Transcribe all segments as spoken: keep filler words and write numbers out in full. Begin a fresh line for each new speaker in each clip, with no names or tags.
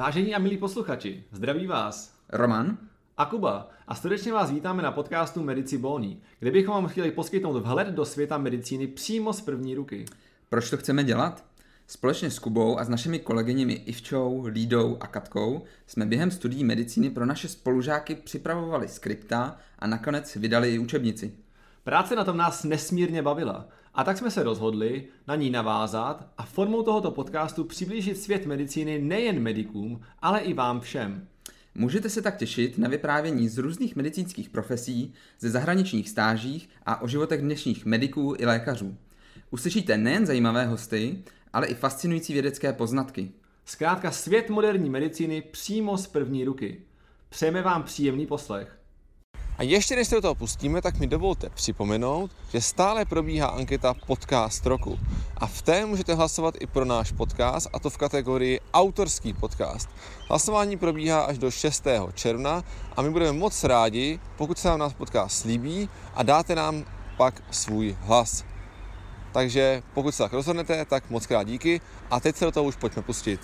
Vážení a milí posluchači, zdraví vás
Roman
a Kuba a srdečně vás vítáme na podcastu Medici Boni, kde bychom vám chtěli poskytnout vhled do světa medicíny přímo z první ruky.
Proč to chceme dělat? Společně s Kubou a s našimi kolegyněmi Ivčou, Lídou a Katkou jsme během studií medicíny pro naše spolužáky připravovali skripta a nakonec vydali i učebnici.
Práce na tom nás nesmírně bavila a tak jsme se rozhodli na ní navázat a formou tohoto podcastu přiblížit svět medicíny nejen medikům, ale i vám všem.
Můžete se tak těšit na vyprávění z různých medicínských profesí, ze zahraničních stážích a o životech dnešních mediků i lékařů. Uslyšíte nejen zajímavé hosty, ale i fascinující vědecké poznatky.
Zkrátka svět moderní medicíny přímo z první ruky. Přejeme vám příjemný poslech. A ještě než se do toho pustíme, tak mi dovolte připomenout, že stále probíhá anketa Podcast roku. A v té můžete hlasovat i pro náš podcast, a to v kategorii Autorský podcast. Hlasování probíhá až do šestého června a my budeme moc rádi, pokud se vám náš podcast líbí a dáte nám pak svůj hlas. Takže pokud se tak rozhodnete, tak moc krát díky a teď se do toho už pojďme pustit.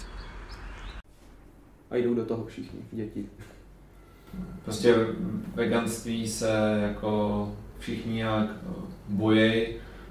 A jdou do toho všichni, děti.
Prostě veganství se jako všichni nějak bojí,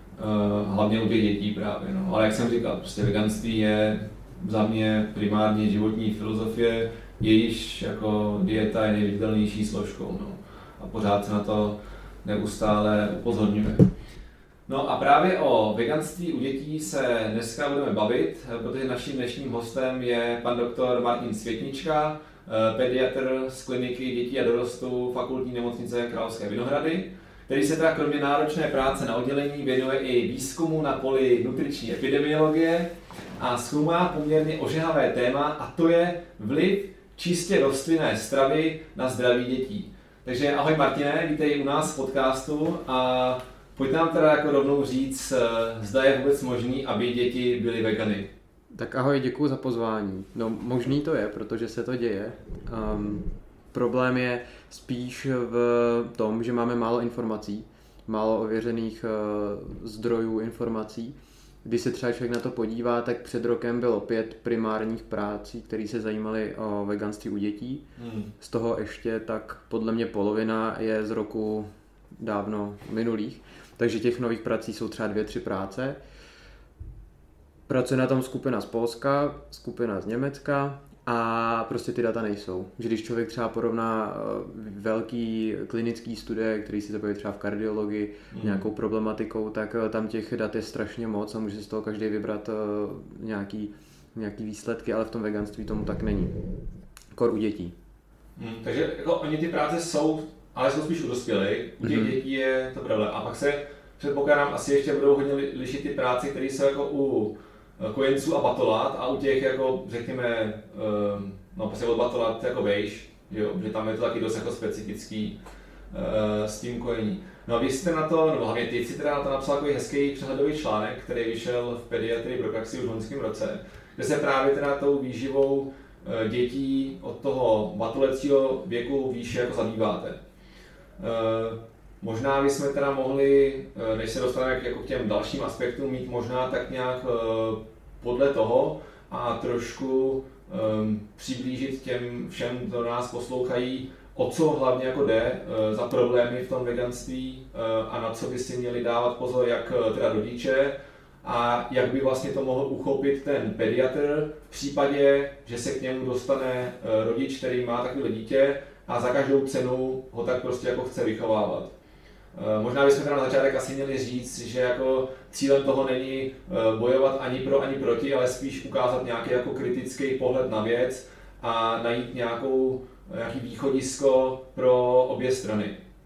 hlavně u těch dětí právě, no. Ale jak jsem říkal, prostě veganství je za mě primárně životní filozofie, jejíž jako dieta je nejviditelnější složkou, no. A pořád se na to neustále upozorňuje. No a právě o veganství u dětí se dneska budeme bavit, protože naším dnešním hostem je pan doktor Martin Světnička, pediatr z kliniky dětí a dorostu Fakultní nemocnice Královské Vinohrady, který se teda kromě náročné práce na oddělení věnuje i výzkumu na poli nutriční epidemiologie a zkoumá poměrně ožehavé téma, a to je vliv čistě rostlinné stravy na zdraví dětí. Takže ahoj Martine, vítej u nás v podcastu a pojď nám teda jako rovnou říct, zda je vůbec možný, aby děti byly vegany.
Tak ahoj, děkuji za pozvání. No možný to je, protože se to děje. Um, problém je spíš v tom, že máme málo informací, málo ověřených uh, zdrojů informací. Když se třeba člověk na to podívá, tak před rokem bylo pět primárních prací, které se zajímaly o veganství u dětí. Hmm. Z toho ještě tak podle mě polovina je z roku dávno minulých. Takže těch nových prací jsou třeba dvě, tři práce. Pracuje na tom skupina z Polska, skupina z Německa a prostě ty data nejsou. Že když člověk třeba porovná velký klinický studie, který si zabývají třeba v kardiologii, mm. nějakou problematikou, tak tam těch dat je strašně moc a může z toho každý vybrat nějaký, nějaký výsledky, ale v tom veganství tomu tak není. Kor u dětí.
Mm, takže jako oni ty práce jsou, ale jsou spíš u dospělých, u těch mm. dětí je to problém. A pak se předpokládám, asi ještě budou hodně lišit ty práce, které jsou jako u kojenců a batolat a u těch jako řekněme, no prostě od batolat jako vejš, jo, že tam je to taky dost jako specifický uh, s tím kojení. No a vy jste na to, no hlavně ty jsi teda na to napsal takový hezký přehledový článek, který vyšel v Pediatrii pro praxi už v loňském roce, kde se právě teda tou výživou uh, dětí od toho batolecího věku výše jako zabýváte. Uh, Možná bychom teda mohli, než se dostaneme jako k těm dalším aspektům, mít možná tak nějak podle toho a trošku um, přiblížit těm všem, kdo nás poslouchají, o co hlavně jako jde za problémy v tom veganství a na co by si měli dávat pozor, jak teda rodiče a jak by vlastně to mohl uchopit ten pediatr v případě, že se k němu dostane rodič, který má takové dítě a za každou cenu ho tak prostě jako chce vychovávat. Možná bychom teda na začátek asi měli říct, že jako cílem toho není bojovat ani pro, ani proti, ale spíš ukázat nějaký jako kritický pohled na věc a najít nějakou, nějaký východisko pro obě strany.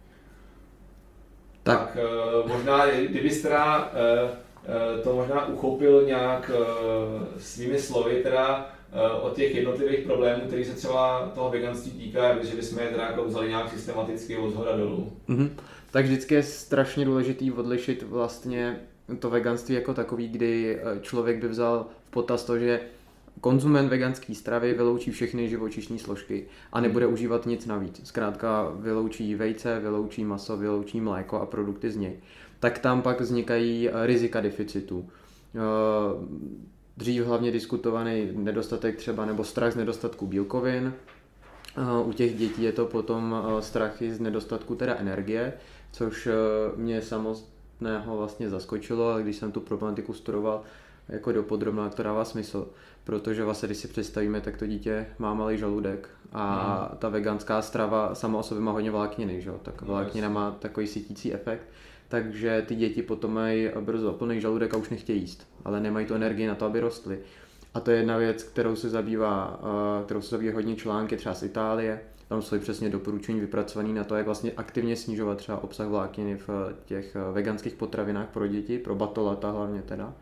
Tak, tak možná, kdybyste teda to možná uchopil nějak svými slovy teda od těch jednotlivých problémů, které se třeba toho veganství týká, že bychom je teda jako vzali nějak systematicky od shora dolů.
Mm-hmm. Tak vždycky je strašně důležitý odlišit vlastně to veganství jako takový, kdy člověk by vzal v potaz to, že konzument veganské stravy vyloučí všechny živočišní složky a nebude užívat nic navíc. Zkrátka vyloučí vejce, vyloučí maso, vyloučí mléko a produkty z něj. Tak tam pak vznikají rizika deficitu. dřív hlavně diskutovaný nedostatek třeba nebo strach z nedostatku bílkovin. U těch dětí je to potom strachy z nedostatku teda energie, což mě samotného vlastně zaskočilo, ale když jsem tu problematiku studoval jako dopodrobná, to dává smysl, protože vlastně když si představíme, tak to dítě má malý žaludek a hmm. ta veganská strava sama o sobě má hodně vlákniny, že? Tak vláknina má takový sytící efekt, takže ty děti potom mají brzo plný žaludek a už nechtějí jíst, ale nemají tu energii na to, aby rostly. A to je jedna věc, kterou se zabývá, kterou se zabývá hodně články třeba z Itálie. Tam jsou přesně doporučení vypracované na to, jak vlastně aktivně snižovat třeba obsah vlákniny v těch veganských potravinách pro děti, pro batolata hlavně teda.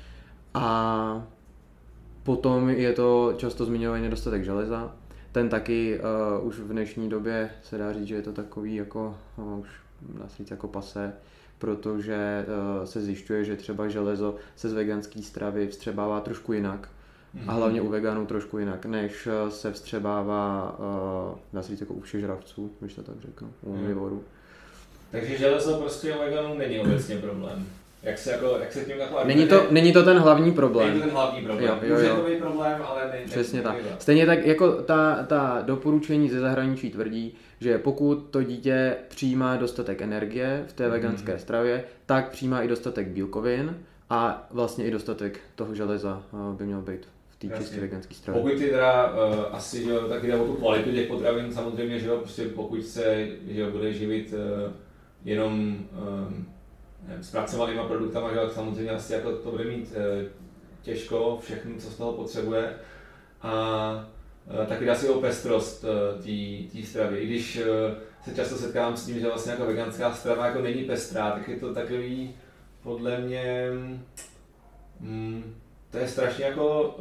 A potom je to často zmiňovaný nedostatek železa. Ten taky uh, už v dnešní době se dá říct, že je to takový jako, uh, už dá se říct jako pasé, protože uh, se zjišťuje, že třeba železo se z veganské stravy vstřebává trošku jinak. A hlavně u veganů trošku jinak, než se vstřebává, uh, dá se říct jako u všežravců, když to tak řeknu, u omnivorů.
Takže železo prostě u veganů není obecně problém. Jak se, jako, jak se tím takhle...
Není to, není to ten hlavní problém.
Není to ten hlavní problém. Jo, jo, jo. Může to být problém, ale ne,
přesně
ne,
tak.
Ne,
Stejně tak jako ta, ta doporučení ze zahraničí tvrdí, že pokud to dítě přijímá dostatek energie v té veganské stravě, tak přijímá i dostatek bílkovin a vlastně i dostatek toho železa by měl být v té čistě veganské stravě.
Pokud ty teda uh, asi, že jo, tak jde o tu kvalitu těch potravin samozřejmě, že jo, prostě pokud se, že jo, bude živit uh, jenom um, zpracovanýma produktama, že samozřejmě asi jako to bude mít e, těžko, všechno, co z toho potřebuje. A e, taky dá si o pestrost té stravy. I když e, se často setkávám s tím, že vlastně jako veganská strava jako není pestrá, tak je to takový, podle mě, mm, to je strašně jako,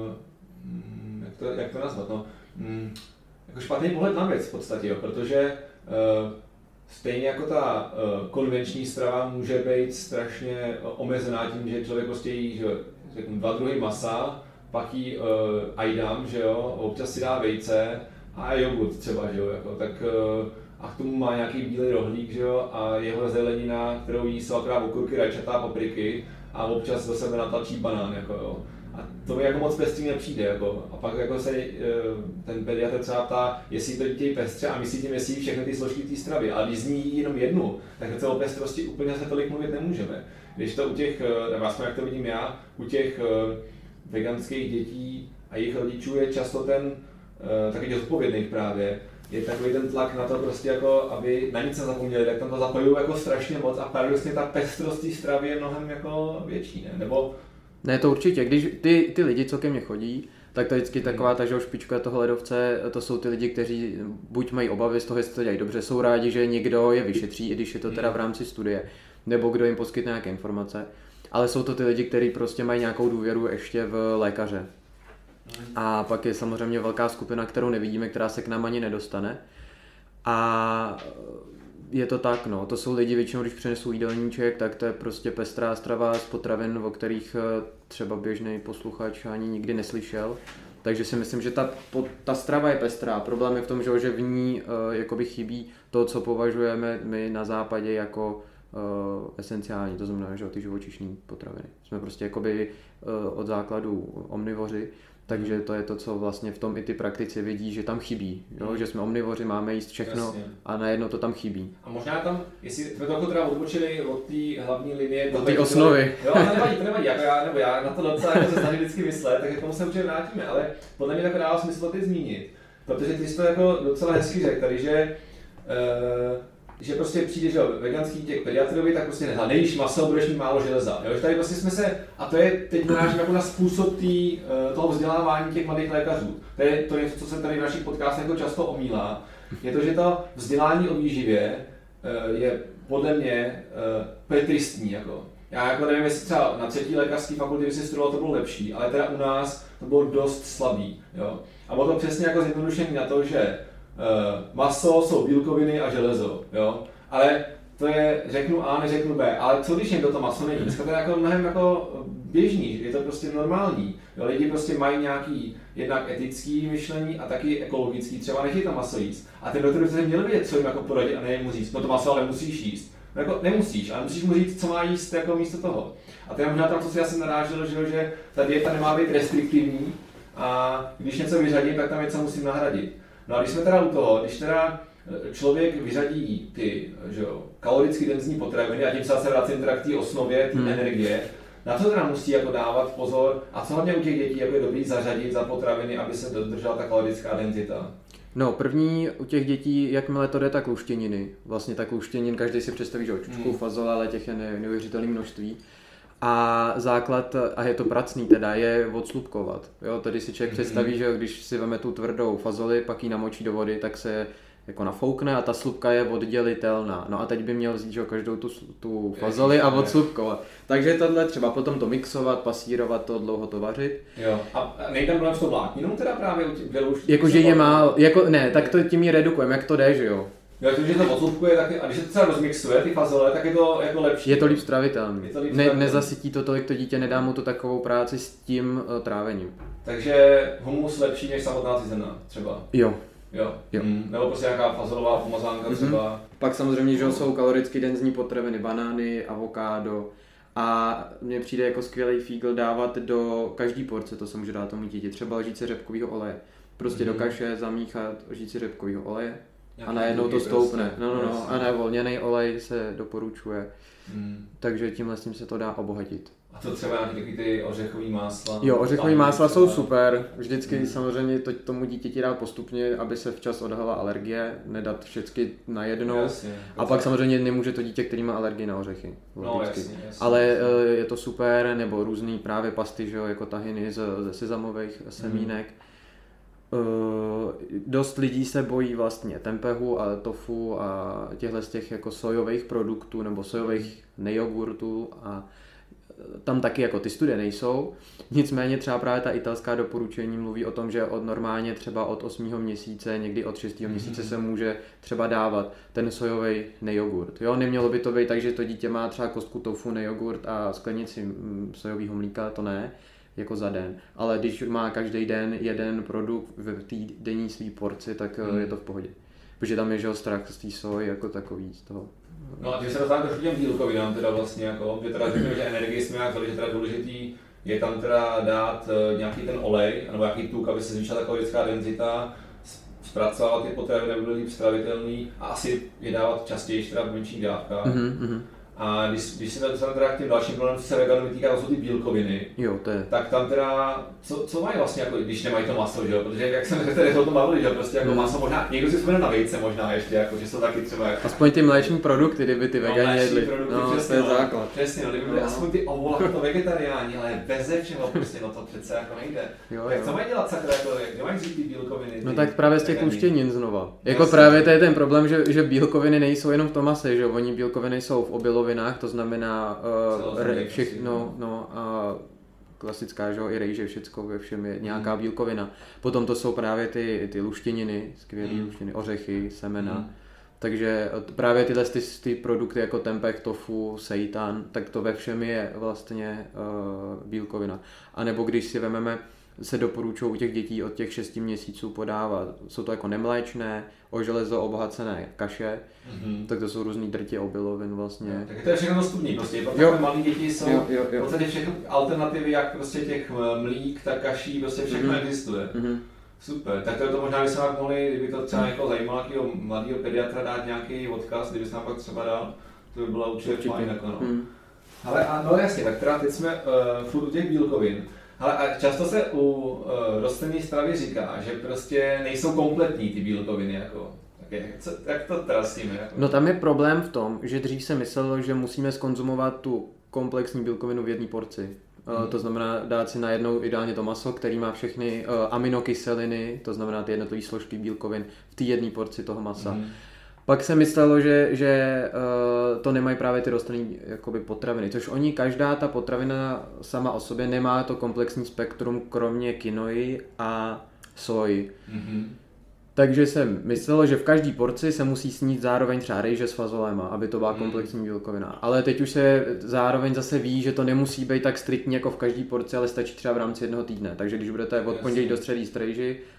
e, jak, to, jak to nazvat, no, mm, jako špatný pohled na věc v podstatě, jo, protože e, stejně jako ta uh, konvenční strava může být strašně omezená tím, že člověk prostě jí, že řeknu, dva druhy masa, pak jí uh, ajdam, že jo, občas si dá vejce a jogurt třeba, že jo, jako, tak uh, a k tomu má nějaký bílý rohlík, že jo, a jeho zelenina, kterou jí jsou akorát okurky, rajčata, papriky a občas do sebe natlačí banán, jako jo. A to mi jako moc pestrý nepřijde, jako. A pak jako se ten pediatr třeba ptá, jestli to dítě je pestře a myslí tím, jestli všechny ty složky té stravy. Ale když z ní jenom jednu, tak o pestrosti úplně se tolik mluvit nemůžeme. Když to u těch, nebo aspoň jak to vidím já, u těch veganských dětí a jejich rodičů je často ten, taky těch odpovědných právě, je takový ten tlak na to prostě jako, aby na nic nezapomněli, tak tam to zapojují jako strašně moc a paradoxně ta pestrost té stravy je mnohem jako větší, ne? Nebo
ne, to určitě. Když ty, ty lidi, co ke mně chodí, tak to je vždycky taková ta, že špička toho ledovce, to jsou ty lidi, kteří buď mají obavy z toho, jestli to dělají dobře, jsou rádi, že někdo je vyšetří, i když je to teda v rámci studie, nebo kdo jim poskytne nějaké informace, ale jsou to ty lidi, kteří prostě mají nějakou důvěru ještě v lékaře. A pak je samozřejmě velká skupina, kterou nevidíme, která se k nám ani nedostane. A je to tak, no, to jsou lidi většinou, když přinesou jídelníček, tak to je prostě pestrá strava z potravin, o kterých třeba běžný posluchač ani nikdy neslyšel. Takže si myslím, že ta, ta strava je pestrá. Problém je v tom, že v ní uh, jakoby chybí to, co považujeme my na západě jako uh, esenciální, to znamená, že ty živočišní potraviny. Jsme prostě jakoby uh, od základu omnivoři. Takže to je to, co vlastně v tom i ty praktici vidí, že tam chybí, jo? Že jsme omnivoři, máme jíst všechno. Jasně. A najednou to tam chybí.
A možná tam, jestli jsme to jako teda odbočili od té hlavní linie,
od té osnovy.
Jo, ale nevadí, to nevadí, jako já, nebo já na to docela jako se snažím vždycky myslet, tak k tomu se určitě vrátíme, ale podle mě tak dává smysl to teď zmínit, protože ty jsi to jako docela hezky řekl tady, že uh, že prostě přijde, že veganský těch pediatrovi, tak prostě nehlá, nejíš maso, budeš mít málo železa. Jo? Že tady vlastně jsme se, a to je teď narážím jako na způsob tý, toho vzdělávání těch mladých lékařů. To je to, je, co se tady v našich podcastech jako často omílá. Je to, že to vzdělání o výživě je podle mě úplně tristní. Jako. Já jako nevím, jestli třeba na třetí lékařské fakultě, když si studoval, to bylo lepší, ale teda u nás to bylo dost slabý. Jo? A bylo to přesně jako zjednodušení na to, že Uh, maso jsou bílkoviny a železo, jo? Ale to je, řeknu A, neřeknu B, ale co když někdo to maso není? Dneska to je jako mnohem jako běžný, je to prostě normální, jo? Lidi prostě mají nějaký jednak etický myšlení a taky ekologický, třeba nechtějí to maso jíst. A ten doktor by se měl vědět, co jim jako poradit a ne mu říct, no to maso ale musíš jíst. Jako nemusíš, ale musíš mu říct, co má jíst jako místo toho. A to je možná tam, co si já jsem narážel, že, že ta dieta nemá být restriktivní a když něco vyřadím, tak tam něco musím nahradit. No a když jsme teda u toho, když teda člověk vyřadí ty že jo, kaloricky denzní potraviny a tím se zase vracím teda k té osnově, té hmm. energie, na co teda musí jako dávat pozor a co hlavně u těch dětí jako je dobrý zařadit za potraviny, aby se dodržela ta kalorická denzita?
No, první u těch dětí, jakmile to jde, tak luštěniny. Vlastně tak luštěnin, každý si představí, že čučku, hmm. fazole, ale těch je neuvěřitelné množství. A základ, a je to pracný teda, je odslupkovat. Jo, tedy si člověk hmm. představí, že když si veme tu tvrdou fazoli, pak ji namočí do vody, tak se jako nafoukne a ta slupka je oddělitelná. No a teď by měl vzít že, každou tu, tu fazoli a odslupkovat. Takže tohle třeba potom to mixovat, pasírovat to, dlouho to vařit.
Jo, a nejde tam s tou vlákninou teda právě u těch už...
Jakože je málo, jako ne, tak to tím ji redukujeme, jak to jde, že jo.
Jo, to, že to odslupkuje, tak, a když se to třeba rozmixuje, ty fazole, tak je to jako lepší.
Je to líp stravitelný.
To líp
ne, nezasytí to tolik to dítě, nedá mu to takovou práci s tím uh, trávením.
Takže humus lepší než samotná cizená třeba?
Jo.
Jo.
jo.
Mm. Nebo prostě nějaká fazolová pomazánka třeba.
Mm-hmm. Pak samozřejmě, že jsou kaloricky denzní potraviny, banány, avokádo. A mně přijde jako skvělý fígl dávat do každý porce, to se může dát tomu dítěti, třeba lžíce řepkového oleje. Prostě mm-hmm. do kaše zamíchat lžíci řepkového oleje a najednou to stoupne. Prostě. No, no, no. A ne, volněnej olej se doporučuje. Mm. Takže tímhle s tím se to dá obohatit.
A to třeba nějaký ty ořechový másla?
Jo, ořechový másla jsou super. Vždycky hmm. samozřejmě to tomu dítěti dát postupně, aby se včas odhalila alergie, nedat všechny najednou. Jasně, a pak samozřejmě nemůže to dítě, který má alergii na ořechy.
No, jasně, jasně,
ale jasně. Je to super, nebo různý právě pasty, že jo, jako tahiny ze, ze sezamových semínek. Hmm. Uh, dost lidí se bojí vlastně tempehu a tofu a těchto z těch jako sojových produktů nebo sojových nejogurtů a tam taky jako ty studie nejsou, nicméně třeba právě ta italská doporučení mluví o tom, že od normálně třeba od osmého měsíce, někdy od šestého měsíce se může třeba dávat ten sojový nejogurt. Jo, nemělo by to být tak, že to dítě má třeba kostku tofu, nejogurt a sklenici sojového mlíka, to ne, jako za den. Ale když má každý den jeden produkt v té denní svý porci, tak hmm. je to v pohodě. Protože tam je že strach z té soji jako takový z toho.
No a tím se dostáváme trošku těm bílkovinám teda vlastně jako, že teda řekněme, že energii jsme nějak že teda důležitý je tam teda dát nějaký ten olej, nebo nějaký tuk, aby se zvýšila ta kalorická denzita, zpracovat ty potraviny, aby byly líp stravitelný a asi je dávat častěji, teda v menších dávkách. Mm-hmm. A když, když se dostaneme teda k těm dalším problémům, co se veganů týká, to jsou ty bílkoviny,
jo, to je.
Tak tam teda, co, co mají vlastně, jako, když nemají to maso, že jo? Protože jak jsem tady o tom bavili, že prostě jako mm. maso možná, někdo si vzpomene na vejce možná ještě, jako, že jsou taky třeba jako...
Aspoň ty mléční produkty, kdyby ty vegani jedli,
produkty,
no,
přesně,
to je
no,
základ.
Přesně, no, kdyby byly no. aspoň ty ovola, to vegetariáni, ale beze všeho prostě, no to přece jako nejde. Jo, tak jo. Co mají dělat sakra, jako, kde mají vzít ty bílkoviny? Ty
no tak právě z těch luštěnin znova. Jako právě to je ten problém, že, že bílkoviny nejsou jenom v tom mase, že oni bílkoviny jsou v obilovinách, to znamená uh, re, všechno, no a klasická, že i rejže, všecko ve všem je nějaká mm. bílkovina. Potom to jsou právě ty, ty luštěniny, skvělé mm. luštěniny, ořechy, semena. Mm. Takže právě tyhle ty, ty produkty jako tempeh, tofu, seitan, tak to ve všem je vlastně uh, bílkovina. A nebo když si vememe, se doporučují u těch dětí od těch šesti měsíců podávat. Jsou to jako nemléčné, o železo obohacené kaše, mm-hmm. tak to jsou různý drtě obilovin vlastně.
No, tak to je všechno dostupný prostě, protože malé děti jsou jo, jo, jo. v podstatě všechno alternativy, jak prostě těch mlík, tak kaší, prostě všechno mm-hmm. existuje. Mm-hmm. Super, tak to, to možná by se nám mohli, kdyby to třeba jako zajímalo nějakého mladého pediatra dát nějaký odkaz, kdyby se nám pak třeba dal, to by bylo určitě fajn jako no. Mm. Ale a, no jasně, tak teda teď jsme uh, furt u těch bílkovin. Ale a často se u uh, rostlinné stravy říká, že prostě nejsou kompletní ty bílkoviny jako. Tak je, co, jak to teda s tím je? Jako?
No tam je problém v tom, že dřív se myslelo, že musíme zkonzumovat tu komplexní bílkovinu v jedné porci. Hmm. Uh, to znamená dát si najednou ideálně to maso, který má všechny uh, aminokyseliny, to znamená ty jednotlivé složky bílkovin v té jedné porci toho masa. Hmm. Pak se myslelo, že, že uh, to nemají právě ty rostlinné jakoby potraviny, což oni, každá ta potravina sama o sobě nemá to komplexní spektrum, kromě quinoy a soji. Mm-hmm. Takže se myslelo, že v každé porci se musí snít zároveň třeba rejže s fazolema, aby to byla mm. komplexní bílkovina. Ale teď už se zároveň zase ví, že to nemusí být tak striktní jako v každé porci, ale stačí třeba v rámci jednoho týdne. Takže když budete od pondělí do středy jíst rejži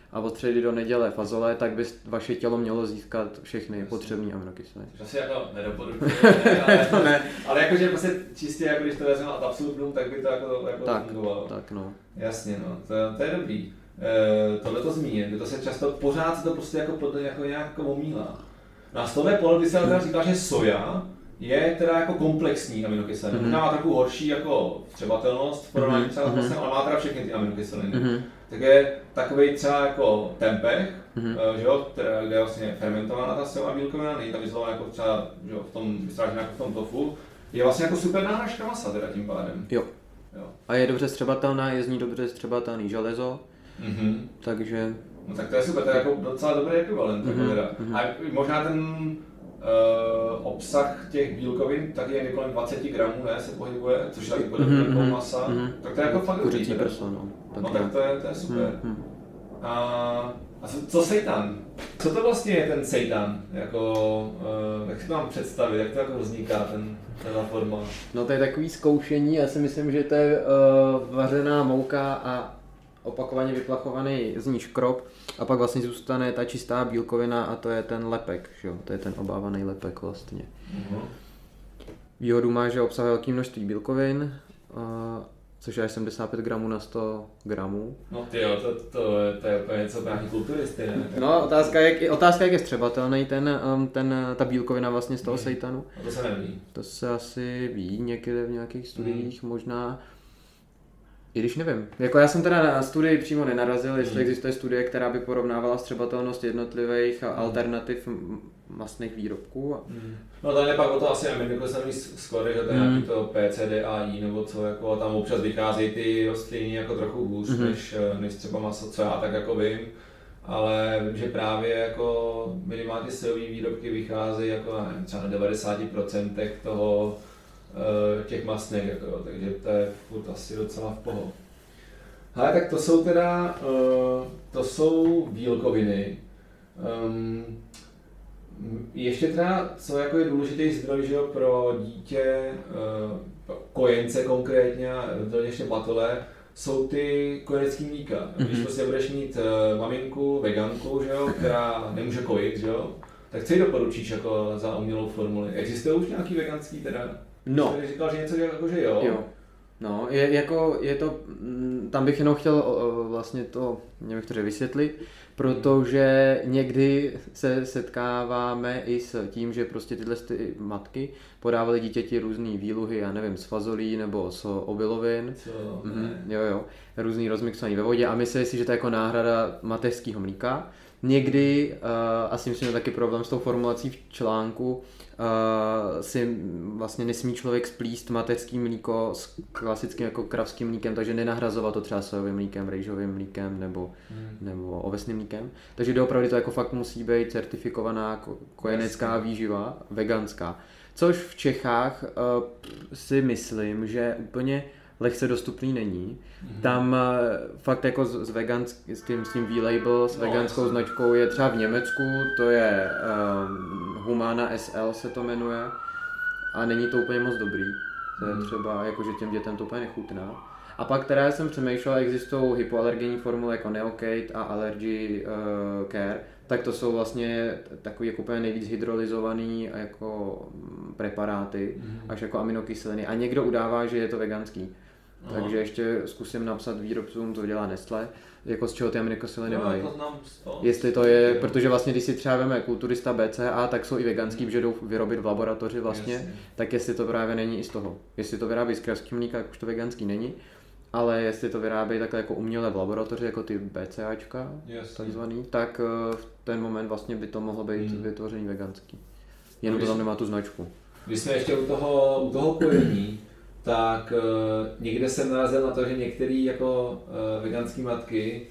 a od středy do neděle fazole, tak by vaše tělo mělo získat všechny
Jasně.
potřebné aminokyseliny.
To asi jako nedoporučuji, ale,
to ne.
ale jakože prostě čistě, jako když to vezmeme ad absurdum, tak by to jako, jako
Tak,
fungovalo.
tak no.
Jasně, no, to, to je dobrý. E, tohle to zmíním, to se často, pořád se to prostě jako, podle, jako nějak jako omílá. No a z tohle pohledu by se teda říkal, že soja je teda jako komplexní aminokyselina. Mm-hmm. Má takovou horší jako vstřebatelnost v porovnání třeba mm-hmm. vlastně, ale má teda všechny ty aminokyseliny. Mm-hmm. Tak je takovej třeba jako tempeh, mm-hmm. že jo, která, kde je vlastně fermentovaná ta sojová bílkovina, není tam izolovaná jako třeba že jo, v tom, vystrážená jako v tom tofu, je vlastně jako super náhražka masa teda tím pádem.
Jo.
jo.
A je dobře střebatelná, je z ní dobře střebatelný železo, mm-hmm. takže...
No tak to je super, to je jako docela dobrý ekvivalent. Mm-hmm. Teda. A možná ten uh, obsah těch bílkovin taky je kolem dvacet gramů, ne, se pohybuje, což je taky podobně mm-hmm. jako masa, mm-hmm. tak to je jako fakt
kuřecí prso, no.
Tak no tak to je, to je super. Mm-hmm. A, a co, co seitan? Co to vlastně je ten seitan? Jako, uh, jak si to mám představit, jak to jako vzniká ten, ta forma?
No to je takový zkoušení, já si myslím, že to je uh, vařená mouka a opakovaně vyplachovaný z ní škrob a pak vlastně zůstane ta čistá bílkovina a to je ten lepek, že jo? To je ten obávaný lepek vlastně. Uh-huh. Výhodu má, že obsahuje velké množství bílkovin, uh, což je až sedmdesát pět gramů na sto gramů.
No ty jo, to, to, je, to je úplně něco pro nějaký kulturisty, ne?
No, otázka je, otázka jak je střebatelný ten, um, ten, ta bílkovina vlastně z toho hmm. seitanu.
A to se neví.
To se asi ví někde v nějakých studiích hmm. možná. I když nevím. Jako já jsem teda na studii přímo nenarazil, jestli mm. existuje studie, která by porovnávala střebatelnost jednotlivých mm. alternativ mastných výrobků.
Mm. No tady je pak o to asi aminokyselný skóre, že to je mm. nějaký to P C D A I nebo co, jako tam občas vycházejí ty rostliny jako trochu hůř, mm. než, než třeba maso, co já tak jako vím. Ale vím, že právě jako minimálně ty sojové výrobky vycházejí jako nevím, třeba na devadesát procent toho těch mastných, jako, takže to je furt asi docela v pohodě. Ale tak to jsou teda, to jsou bílkoviny. Um, ještě teda, co jako je důležitý zdroj, že jo, pro dítě, kojence konkrétně, ještě batole, jsou ty kojenecký mlíka. Mm-hmm. Když prostě budeš mít maminku, veganku, že jo, která nemůže kojit, že jo, tak co jí doporučíš jako za umělou formuli? Existuje už nějaký veganský teda?
No.
Jsi říkal, že něco jako, že jo?
Jo. No, je, jako, je to, tam bych jenom chtěl vlastně to, nevím, to vysvětlit, protože někdy se setkáváme i s tím, že prostě tyhle ty matky podávaly dítěti různý výluhy, já nevím, z fazolí nebo z obilovin.
Co?
Mhm, jo, jo, různý rozmixovaný ve vodě a myslí si, že to je jako náhrada mateřského mlíka. Někdy, uh, asi myslím, že taky problém s tou formulací v článku, uh, si vlastně nesmí člověk splíst mateřský mlíko s klasickým jako kravským mlíkem, takže nenahrazovat to třeba sojovým mlíkem, rejžovým mlíkem nebo, hmm. nebo ovesným mlíkem. Takže doopravdy to jako fakt musí být certifikovaná kojenecká výživa, veganská. Což v Čechách uh, si myslím, že úplně lehce dostupný není. Mm-hmm. Tam fakt jako s, s, vegansk, s tím, s tím V-label, s no, veganskou jasný. Značkou je třeba v Německu, to je um, Humana S L se to jmenuje a není to úplně moc dobrý. To je mm. třeba, jakože těm dětem to úplně nechutná. A pak teda jsem přemýšlel, existují hypoalergenní formule jako Neocate a Allergy uh, Care, tak to jsou vlastně takový jako úplně nejvíc hydrolyzovaný jako preparáty, mm. až jako aminokyseliny. A někdo udává, že je to veganský. Aha. Takže ještě zkusím napsat výrobcům, to dělá Nestlé, jako z čeho ty aminokyseliny
no,
mají.
To
Jestli to je, protože vlastně když si třeba veme kulturista B C A, tak jsou i veganský, mm. že jdou vyrobit v laboratoři vlastně, Jasně. tak jestli to právě není i z toho. Jestli to vyrábí z kravským mlíka, tak už to veganský není. Ale jestli to vyrábějí takhle jako uměle v laboratoři, jako ty BCAčka, takzvaný, tak v ten moment vlastně by to mohlo být hmm. vytvořený veganský. Jenom to tam nemá tu značku.
Když jsme ještě u toho, u toho kojení, tak uh, někde jsem narazil na to, že některé jako uh, veganské matky,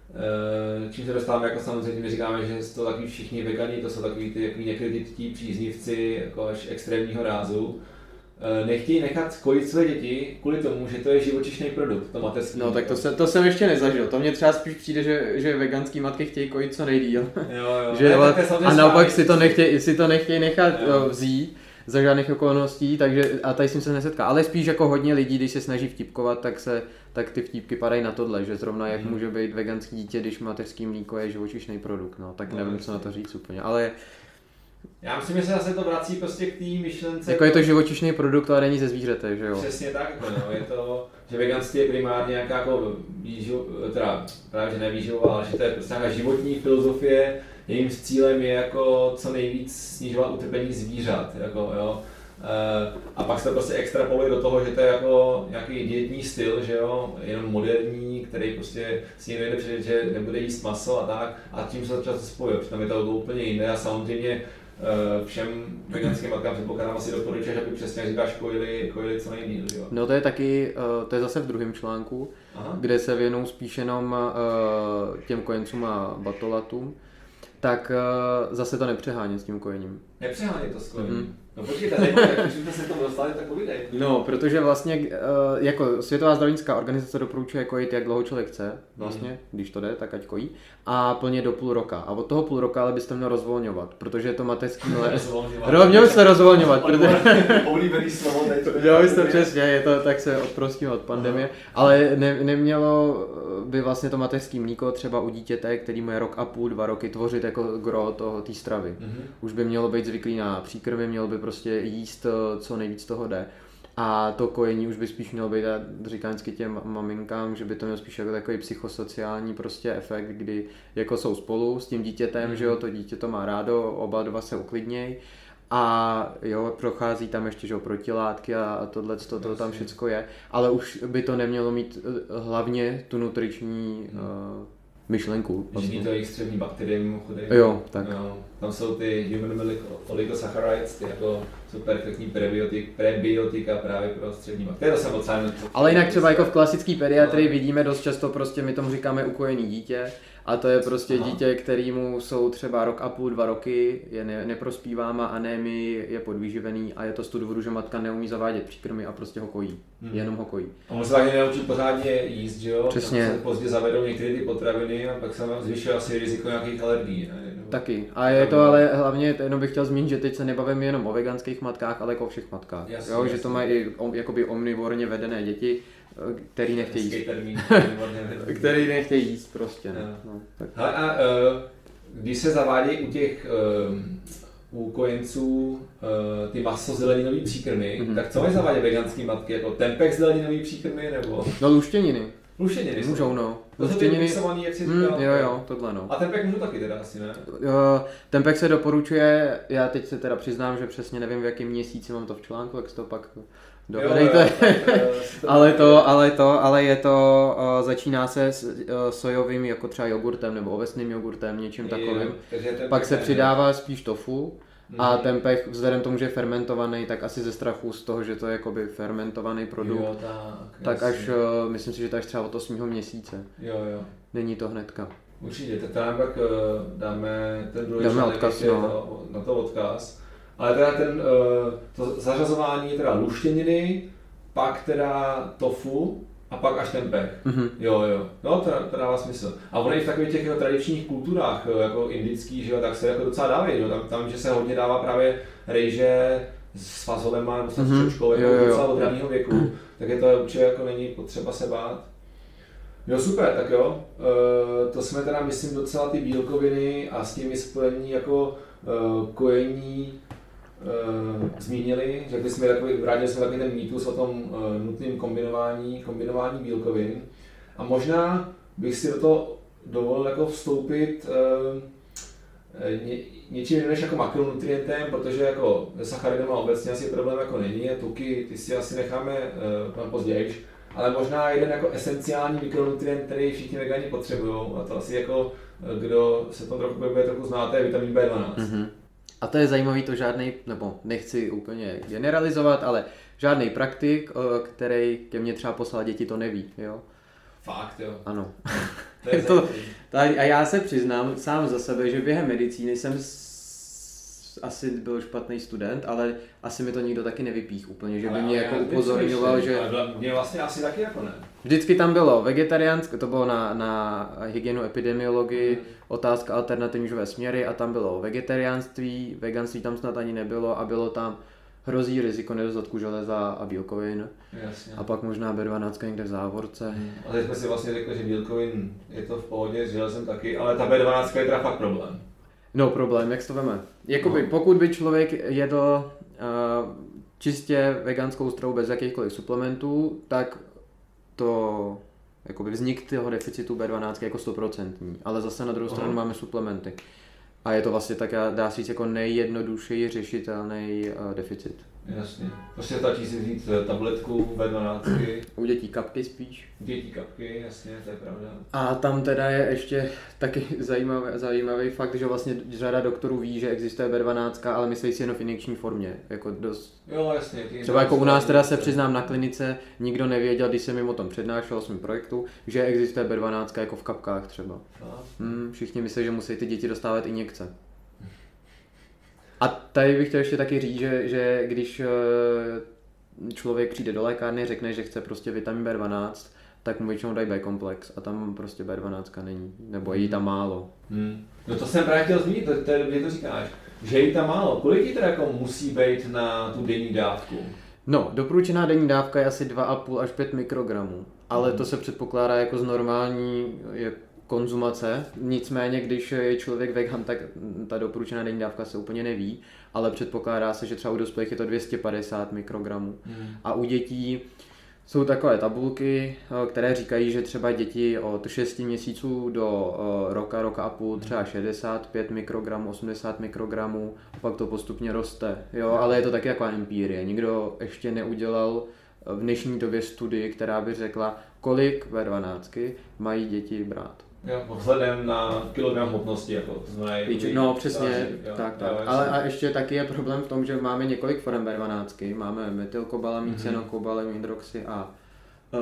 uh, čím se dostáváme, jako samozřejmě my říkáme, že jsou to takový všichni vegani, to jsou takový ty jako některý ty příznivci jako až extrémního rázu. Nechtějí nechat kojit své děti kvůli tomu, že to je živočišný produkt, to mateřský.
No tak to, se, to jsem ještě nezažil, to mně třeba spíš přijde, že, že veganský matky chtějí kojit co nejdýl.
Jo, jo.
že, ne, a naopak si to, nechtěj, si to nechtějí nechat jo. vzít za žádných okolností, takže a tady jsem se nesetká. Ale spíš jako hodně lidí, když se snaží vtipkovat, tak se tak ty vtípky padají na tohle, že zrovna jak může být veganský dítě, když mateřský mlíko je živočišný produkt, no, tak nevím, co na to říct úplně, ale
já myslím, že se zase to vrací prostě k té myšlence.
Jako je to živočišný produkt, ale není ze zvířete, že jo?
Přesně tak, no, je to, že veganství je primárně nějaká jako výživ, teda právě že nevýživová, ale že to je prostě nějaká životní filozofie, jejím cílem je jako co nejvíc snižovat utrpení zvířat, jako jo. A pak se to prostě extrapoluje do toho, že to je jako nějaký dietní styl, že jo, jenom moderní, který prostě si někdo jde předět, že nebude jíst maso a tak, a tím se to často spojuje, přitom je to úplně jiné a samozřejmě všem veganským matkám předpokládám asi doporučuješ, aby přesně jak říkáš, kojili, kojili co nejdýl, jo.
No to je taky, to je zase v druhém článku, aha, kde se věnou spíš jenom těm kojencům a batolatům, tak zase to nepřehání s tím kojením.
Nepřehání to s kojením? Mm-hmm. No počkejte, zajímavé, když jsme se k tomu dostali, tak povídej.
No, protože vlastně jako Světová zdravotnická organizace doporučuje kojit, jak dlouho člověk chce, vlastně, mm. když to jde, tak ať kojí, a plně do půl roka. A od toho půl roka ale byste měl rozvolňovat, protože je to mateřský mléko. Měl byste rozvolňovat, protože...
Oblíbený slovo teď.
Jo, byste přesně, je to, tak se odprostíme od pandemie, ale ne, nemělo by vlastně to mateřský mlíko třeba u dítěte, který mu je rok a půl, dva roky, tvořit jako gro toho, té stravy. Mm. Už by mělo být zvyklý na příkrmy, mělo by prostě jíst co nejvíc toho jde. A to kojení už by spíš mělo být, já říkám vždycky těm maminkám, že by to mělo spíš jako takový psychosociální prostě efekt, kdy jako jsou spolu s tím dítětem, mm. že jo, to dítě to má rádo, oba dva se uklidnějí a jo, prochází tam ještě, že jo, protilátky a, a tohle, to, to tam všecko je, ale už by to nemělo mít hlavně tu nutriční mm. uh, myšlenku.
Vlastně. To jejich střední bakterie mimochodem.
Jo, tak.
Jo, tam jsou ty human milk oligosaccharides, ty jako jsou perfektní prebiotik, prebiotika právě pro střední bakterie. To jsem docela...
Ale jinak třeba jako v klasické pediatrii vidíme dost často, prostě my tomu říkáme ukojený dítě, a to je prostě aha, dítě, kterému jsou třeba rok a půl, dva roky, je ne, neprospívá, má anémii, je podvýživený a je to z toho důvodu, že matka neumí zavádět příkrmy a prostě ho kojí, hmm. jenom ho kojí.
A on se taky nenaučí pořádně jíst, že jo?
Přesně.
Se pozdě zavedou některé ty potraviny a pak se zvyšuje asi riziko nějakých alergií. Ne?
Taky. A je to ale hlavně, jenom bych chtěl zmínit, že teď se nebavím jenom o veganských matkách, ale jako o všech matkách. Jasně, jo, jasně. Že to mají i jakoby omnivorně vedené děti, který nechtějí jíst.
Termín,
který nechtějí jíst prostě. Ne? No, tak.
Hele, a uh, když se zavádějí u těch uh, u kojenců uh, ty maso-zeleninový příkrmy, mm-hmm. tak co mají zavádět veganský matky? Jako tempeh zeleninový příkrmy nebo?
No luštěniny.
Luštěniny
můžou, no.
Luštěniny mixovaný, jak si říkal.
Mm, jo, jo, tohle no.
A tempeh můžu taky teda asi, ne?
Uh, tempeh se doporučuje, já teď se teda přiznám, že přesně nevím, v jakém měsíci mám to v článku, jak to pak dovedejte. ale to, ale to, ale je to, uh, začíná se s uh, sojovým jako třeba jogurtem nebo ovesným jogurtem, něčím takovým. Pak se přidává spíš tofu. A tempeh, vzhledem tomu, že je fermentovaný, tak asi ze strachu z toho, že to je jakoby fermentovaný produkt, jo, tak, tak až, uh, myslím si, že to až třeba od osmého měsíce.
Jo, jo.
Není to hnedka.
Určitě, tak tam pak uh, dáme ten druhý
dáme odkaz,
no. to, na to odkaz. Ale teda ten, uh, to zařazování je teda luštěniny, pak teda tofu, a pak až tempeh. Mm-hmm. Jo, jo. No, to, to dává smysl. A ono i v takových těch tradičních kulturách, jako indických, že jo, tak se jako docela dávají, jo. Tam, tam, že se hodně dává právě rejže s fazolema nebo s čočkou, mm-hmm. jako docela od raného věku, tak je to určitě jako není potřeba se bát. Jo, super, tak jo. E, to jsme teda, myslím, docela ty bílkoviny a s těmi spojení jako e, kojení Uh, zmínili, řekli jsme takový, vrátili jsme takový ten mýtus o tom uh, nutném kombinování, kombinování bílkovin. A možná bych si do toho dovolil jako vstoupit uh, ně, něčím jiným než jako makronutrientem, protože jako sacharidama obecně asi problém jako není, a tuky ty si asi necháme uh, později, ale možná jeden jako esenciální mikronutrient, který všichni vegani potřebují, a to asi jako kdo se tom trochu bude trochu znáte, je vitamin bé dvanáct. Mm-hmm.
A to je zajímavý, to žádný, nebo nechci úplně generalizovat, ale žádný praktik, který ke mně třeba poslal děti, to neví, jo.
Fakt, jo.
Ano. To je to, to, a já se přiznám sám za sebe, že během medicíny jsem s, asi byl špatný student, ale asi mi to nikdo taky nevypích úplně, že by mě jako upozorňoval, že...
Mě vlastně asi taky jako ne.
Vždycky tam bylo vegetariánské, to bylo na, na hygienu, epidemiologii, hmm. otázka alternativní životní směry a tam bylo vegetariánství, veganství tam snad ani nebylo a bylo tam hrozí riziko nedostatku železa a bílkovin.
Jasně.
A pak možná bé dvanáct někde v závorce.
Hmm. A teď jsme si vlastně řekli, že bílkovin je to v pohodě, s železem taky, ale ta bé dvanáct je teda fakt problém.
No problém, jak to veme? Jakoby,
no.
Pokud by člověk jedl uh, čistě veganskou stravu bez jakýchkoliv suplementů, tak to jakoby vznik toho deficitu bé dvanáct je jako sto procent. Ale zase na druhou stranu Aha. máme suplementy. A je to vlastně tak, dá se říct, jako nejjednodušeji řešitelný uh, deficit.
Jasně. Prostě stačí si vzít tabletku bé dvanáct.
U dětí kapky spíš.
U dětí kapky, jasně, to je pravda.
A tam teda je ještě taky zajímavý, zajímavý fakt, že vlastně řada doktorů ví, že existuje bé dvanáct, ale myslí si jenom v injekční formě. Jako dost...
Jo, jasně.
Třeba jako u nás teda se přiznám na klinice, nikdo nevěděl, když jsem jim o tom přednášel o svém projektu, že existuje bé dvanáct jako v kapkách třeba. Hmm, všichni myslí, že musí ty děti dostávat injekce. A tady bych chtěl ještě taky říct, že, že když člověk přijde do lékárny, řekne, že chce prostě vitamin bé dvanáct, tak mu většinou dají B-komplex a tam prostě bé dvanáct není, nebo je jí tam málo.
Hmm. No to jsem právě chtěl zmínit, to, to je dobře, to říkáš, že je jí tam málo. Kolik jí teda jako musí být na tu denní dávku?
No, doporučená denní dávka je asi dva a půl až pět mikrogramů, ale hmm. to se předpokládá jako z normální konzumace, nicméně když je člověk vegan, tak ta doporučená denní dávka se úplně neví, ale předpokládá se, že třeba u dospělých je to dvě stě padesát mikrogramů. Hmm. A u dětí jsou takové tabulky, které říkají, že třeba děti od šesti měsíců do roka, roka a půl třeba šedesát pět mikrogramů, osmdesát mikrogramů, a pak to postupně roste. Jo, ale je to taky jako empirie. Nikdo ještě neudělal v dnešní době studii, která by řekla, kolik bé dvanáct mají děti brát.
Jo, vzhledem na kilogram hmotnosti, jako to znamená...
No přesně, jo, tak, tak. Jo, ale a ještě taky je problém v tom, že máme několik forem bé dvanáct. Máme metylkobalamin, mm-hmm. cyanokobalamin, hydroxy a uh,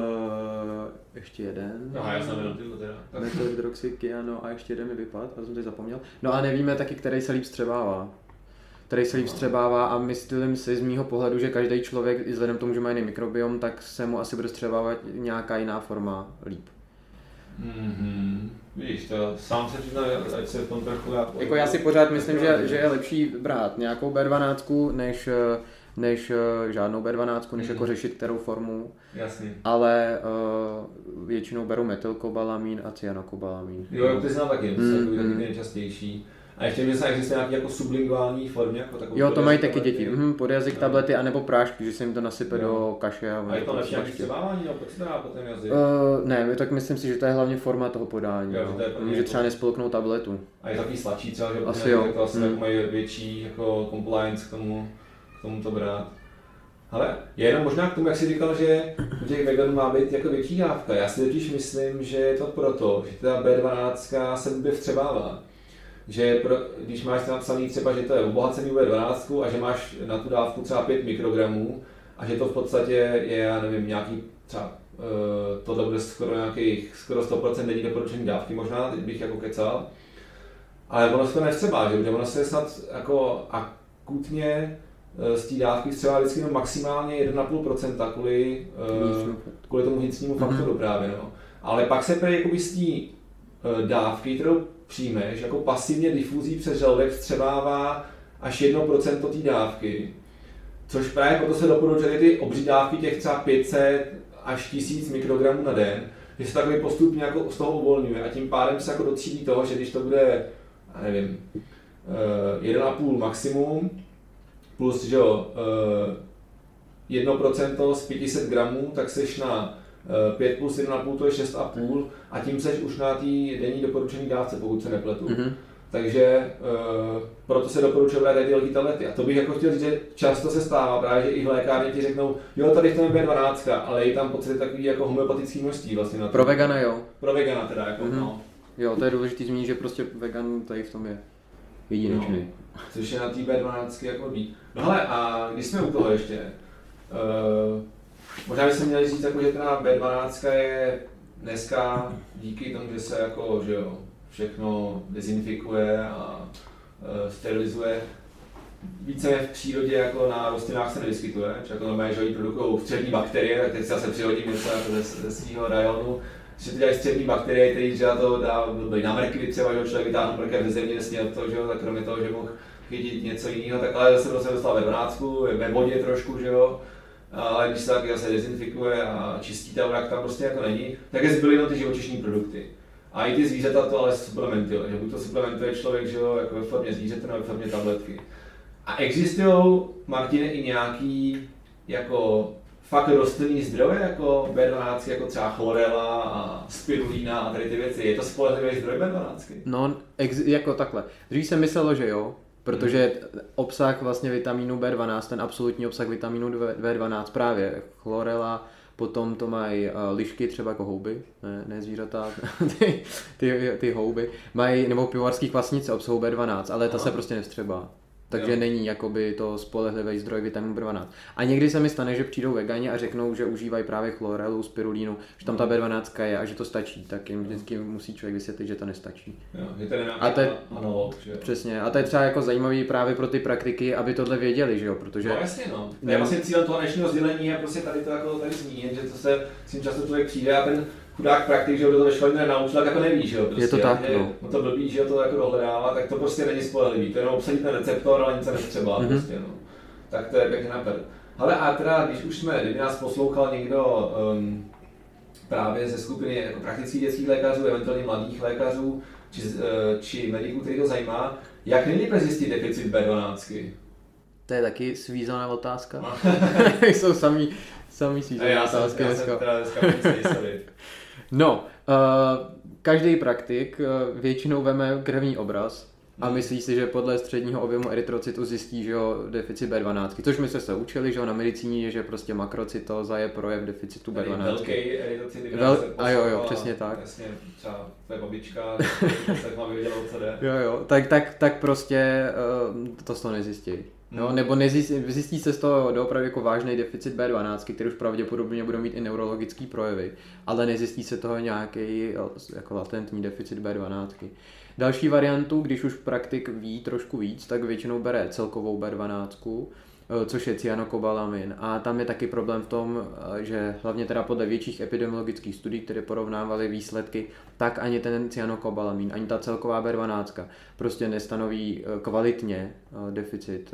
ještě jeden.
No já jsem jenom tyhle teda.
Metylhydroxykyano a ještě jeden mi vypad, a jsem teď zapomněl. No a nevíme taky, který se líp vstřebává. Který se líp vstřebává a myslím si z mýho pohledu, že každý člověk, vzhledem k tomu, že má jiný mikrobiom, tak se mu asi bude vstřebávat nějaká jiná forma líp.
Mm-hmm. Víš, to sám se přiznám, ať se v tom trochu já...
Jako já si pořád myslím, že, že je lepší brát nějakou bé dvanáct, než, než žádnou bé dvanáct, než mm-hmm. jako řešit kterou formu.
Jasně.
Ale uh, většinou beru metylkobalamin a cyanokobalamin.
Jo, ty znám taky, to
mm,
jsou taky
mm.
nejčastější. A ještě mě se existuje nějaký jako sublinguální formě? Jako takovou
jo, to mají taky děti, mhm, podjazyk tablety, anebo prášky, že se jim to nasype jo. do kaše.
A, a je to lepší nějaký vstřebávání, nebo proč se dá potom jazyk?
Uh, ne, tak myslím si, že to je hlavně forma toho podání,
jo,
no.
že,
Může jako... třeba nespolknout tabletu.
A je takový sladší třeba, že
asi jo.
To asi
hmm.
mají větší jako compliance k tomu, k tomu to brát. Ale je jenom možná k tomu, jak jsi říkal, že u těch veganů má být jako větší dávka. Já si totiž myslím, že je to proto, že ta bé dvanáct se blbě vstřebává. Že pro, když máš napsaný třeba, že to je obohacený bé dvanáct a že máš na tu dávku třeba pět mikrogramů a že to v podstatě je, já nevím, nějaký třeba, uh, tohle bude skoro nějakých, skoro sto procent denní doporučení dávky možná, teď bych jako kecal. Ale ono se to nevstřebá, že ono se snad jako akutně z té dávky vstřebá vždycky jenom maximálně jedna celá pět procenta kvůli, uh, kvůli tomu vnitřnímu faktoru právě, no. Ale pak se prý jakoby z té uh, dávky, kterou přijmeš, jako pasivně difuzí přes žaludek vstřebává až jedno procento té dávky. Což právě proto se doporučují ty obří dávky těch třeba pět set až tisíc mikrogramů na den, že se takový postupně jako z toho uvolňuje a tím pádem se jako docílí toho, že když to bude, já nevím, jedna celá pět maximum, plus že jo, jedno procento z pět set gramů, tak seš na pět plus jedna celá pět, to je šest celá pět a tím seš už na té denní doporučené dávce, pokud se nepletu. Mm-hmm. Takže uh, proto se doporučuje brát ty velké tablety. A to bych jako chtěl říct, že často se stává právě, že i v lékárně ti řeknou, jo, tady chceme bé dvanáct, ale je tam pocit takový jako homeopatický množství vlastně na to.
Pro vegana jo.
Pro vegana teda jako, mm-hmm. no.
Jo, to je důležitý zmínit, že prostě vegan tady v tom je jedinečný.
No, což je na té bé dvanáct jako dí. No hele, a když jsme u toho ještě, uh, možná bychom měli říct, jako, že teda bé dvanáct je dneska díky tomu, že se jako, že jo, všechno dezinfikuje a e, sterilizuje. Více v přírodě jako na rostlinách se nevyskytuje, jako normálně, že oni produkují střevní bakterie, tak teď se zase přihodím něco jako ze, ze svého rajonu, že to dělají střevní bakterie, který třeba to dá na mrkvi třeba, že člověk vytáhne mrkev ze země nesměl to, že jo, tak kromě toho, že mohl chytit něco jiného, tak ale zase prostě dostal ve dvanáctku, ve vodě trošku, že jo. Ale když se taky zase dezinfikuje a čistí tam, jak tam prostě jako není, tak je zbyly jenom ty živočišní produkty. A i ty zvířata to ale suplementuje, že buď to suplementuje člověk, že jo, jako ve formě zvířete nebo ve formě tabletky. A existují, Martine, i nějaký jako fakt rostlinný zdroje, jako bé dvanáct, jako třeba chlorela a spirulína a tady ty věci. Je to spolehlivý zdroj bé dvanáct?
No, ex, jako takhle. Dřív jsem myslel, že jo, protože obsah vlastně vitamínu bé dvanáct, ten absolutní obsah vitamínu bé dvanáct, právě chlorela, potom to mají uh, lišky, třeba jako houby, ne, ne zvířata, ty, ty, ty houby, mají, nebo pivovarský kvasnice obsahují bé dvanáct, ale ta se prostě nevstřebá. Takže jo. Není jakoby to spolehlivý zdroj vitamínu bé dvanáct. A někdy se mi stane, že přijdou vegani a řeknou, že užívají právě chlorelu, spirulínu, že tam ta bé dvanáct je a že to stačí, tak jim vždycky musí člověk vysvětlit, že to nestačí.
Jo, je to
a to je,
analog, že?
Přesně, a to je třeba jako zajímavý právě pro ty praktiky, aby tohle věděli, že jo, protože...
No jasně no, to je vlastně cílem toho dnešního sdělení je prostě tady to jako tady zmínit, že to se s tím často člověk přijde a ten chudák praktik, že ho do toho ve škole nenaučil, tak jako neví, že jo, prostě.
Je to tak,
je,
no.
no to blbý, že ho to jako dohledává, tak to prostě není spolehlivý, to je jenom obsadit ten receptor, ale nic se netřeba, mm-hmm. prostě no. Tak to je pěkně naper. Ale a teda, když už jsme, kdyby nás poslouchal někdo um, právě ze skupiny jako praktických dětských lékařů, eventuálně mladých lékařů, či, uh, či mediků, který to zajímá, jak nejlépe zjistit deficit bé dvanáct?
To je taky svízelná otázka. Jsou samý, samý svízelné otázky dneska. No, uh, každý praktik uh, většinou veme krevní obraz a myslí si, že podle středního objemu erytrocytu zjistí, že jo, deficit bé dvanáct, což my jsme se učili, že jo, na medicíně je, že prostě makrocytóza je projev deficitu bé dvanáct.
Velký erytrocyt,
Vel... a jo, jo, přesně tak.
Jasně, třeba tvoje babička, tak mám věděla, o co jde.
Jo, jo, tak, tak, tak prostě uh, to z toho nezjistí. No, nebo nezjistí, zjistí se z toho doopravdy jako vážný deficit bé dvanáct, který už pravděpodobně bude mít i neurologické projevy, ale nezjistí se toho nějaký jako latentní deficit bé dvanáct. Další variantu, když už praktik ví trošku víc, tak většinou bere celkovou bé dvanáct, což je cyanokobalamin. A tam je taky problém v tom, že hlavně teda podle větších epidemiologických studií, které porovnávaly výsledky, tak ani ten cyanokobalamin, ani ta celková bé dvanáct prostě nestanoví kvalitně deficit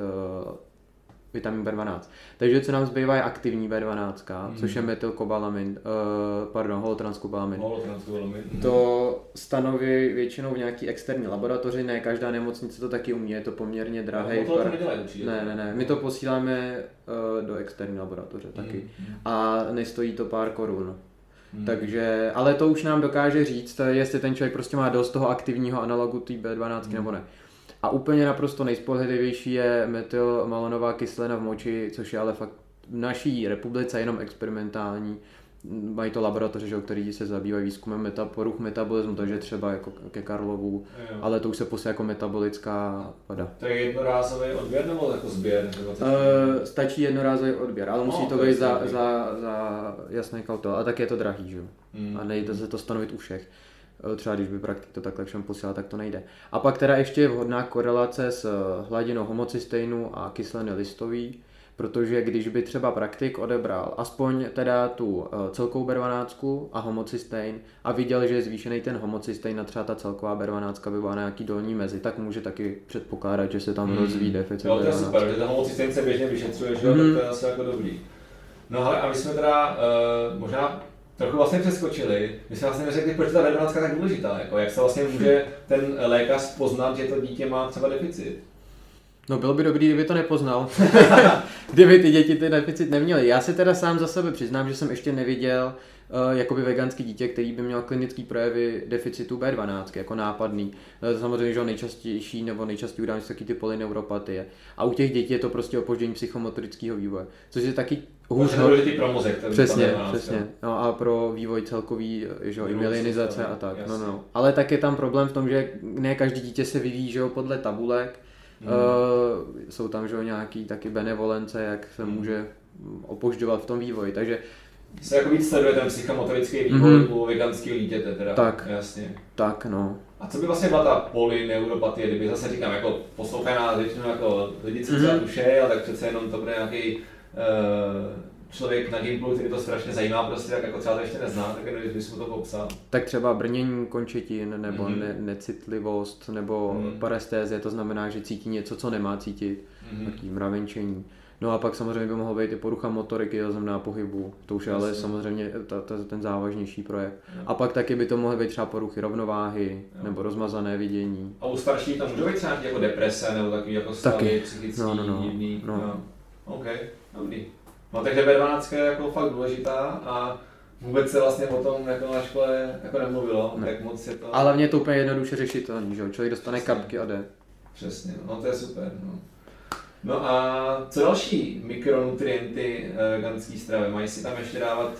vitamin bé dvanáct. Takže co nám zbývá je aktivní bé dvanáct, mm. což je metylkobalamin, uh, pardon, holotranskobalamin.
Holotranskobalamin.
To stanoví většinou v nějaký externí laboratoři, ne každá nemocnice to taky umí, je to poměrně drahé.
No, to par... nedělají určitě.
Ne, ne, ne, my to posíláme uh, do externí laboratoře taky mm. a nestojí to pár korun. Hmm. Takže, ale to už nám dokáže říct, jestli ten člověk prostě má dost toho aktivního analogu té bé dvanáct hmm. nebo ne. A úplně naprosto nejspolehlivější je metylmalonová kyselina v moči, což je ale fakt v naší republice jenom experimentální. Mají to laboratoře, že, který se zabývají výzkumem meta, poruch metabolismu, takže třeba jako ke Karlovu, jo. Ale to už se posílá jako metabolická vada.
To je jednorázový odběr nebo jako sběr?
Uh, stačí jednorázový odběr, ale musí no, to být za, za, za jasný kautel, a tak je to drahý, že? Hmm. A nejde se to stanovit u všech. Třeba když by praktik to takhle všem posílal, tak to nejde. A pak teda ještě je vhodná korelace s hladinou homocysteinu a kyseliny listové, protože když by třeba praktik odebral aspoň teda tu celkovou bé dvanáct a homocystein a viděl, že je zvýšený ten homocystein a třeba ta celková bé dvanáct by byla na nějaký dolní mezi, tak může taky předpokládat, že se tam hmm. rozvíjí deficit
bé dvanáct. Jo, to je super, že ten homocystein se běžně vyšetřuje, že hmm. tak to je asi jako dobrý. No ale a my jsme teda uh, možná trochu vlastně přeskočili, my jsme vlastně neřekli, proč ta bé dvanáct je tak důležitá, jako jak se vlastně může ten lékař poznat, že to dítě má třeba deficit.
No bylo by dobrý, kdyby to nepoznal, kdyby ty děti ten deficit neměly. Já si teda sám za sebe přiznám, že jsem ještě neviděl uh, jakoby veganský dítě, který by měl klinický projevy deficitu bé dvanáct, jako nápadný. Samozřejmě, že nejčastější nebo nejčastěji udání jsou taky ty polyneuropatie. A u těch dětí je to prostě opoždění psychomotorického vývoje, což je taky hůř.
Pro mozek,
přesně, přesně. No a pro vývoj celkový, že jo, i myelinizace a tak. No, no. Ale tak je tam problém v tom, že ne každý dítě se vyvíjí, že jo, podle tabulek. Hmm. Uh, jsou tam, že jo, nějaký taky benevolence, jak se hmm. může opožďovat v tom vývoji, takže
se jako víc sleduje ten psychomotorický vývoj mm-hmm. u veganského dítěte teda,
tak,
jasně.
Tak, no.
A co by vlastně byla ta polyneuropatie, kdyby zase říkám, jako poslouchají nás většinou jako lidi, co mm-hmm. třeba tušejí, ale tak přece jenom to bude nějaký uh, člověk na Gimplu, který to strašně zajímá, prostě jak jako třeba to ještě nezná, tak když bys mu to popsal.
Tak třeba brnění končetin, nebo mm-hmm. ne, necitlivost, nebo mm. parestézie, to znamená, že cítí něco, co nemá cítit, mm-hmm. taký mravenčení. No a pak samozřejmě by mohlo být i porucha motoriky, to znamená pohybu, to už je ale samozřejmě ta, ta, ten závažnější projev. Jo. A pak taky by to mohly být třeba poruchy rovnováhy, jo. nebo rozmazané vidění.
A u starších tam můžou být třeba jako deprese, nebo takový jako stavy psychický,
no, no, no.
divný.
No.
No. OK, dobrý. No takže bé dvanáct je jako fakt důležitá a vůbec se vlastně o tom jako na škole jako nemluvilo, ne. tak moc je to...
Ale hlavně je to úplně jednoduše řešitelný, že jo? Člověk dostane
Přesně.
kapky a jde.
Přesně, no to je super. No. No a co další mikronutrienty veganské stravy? Mají si tam ještě dávat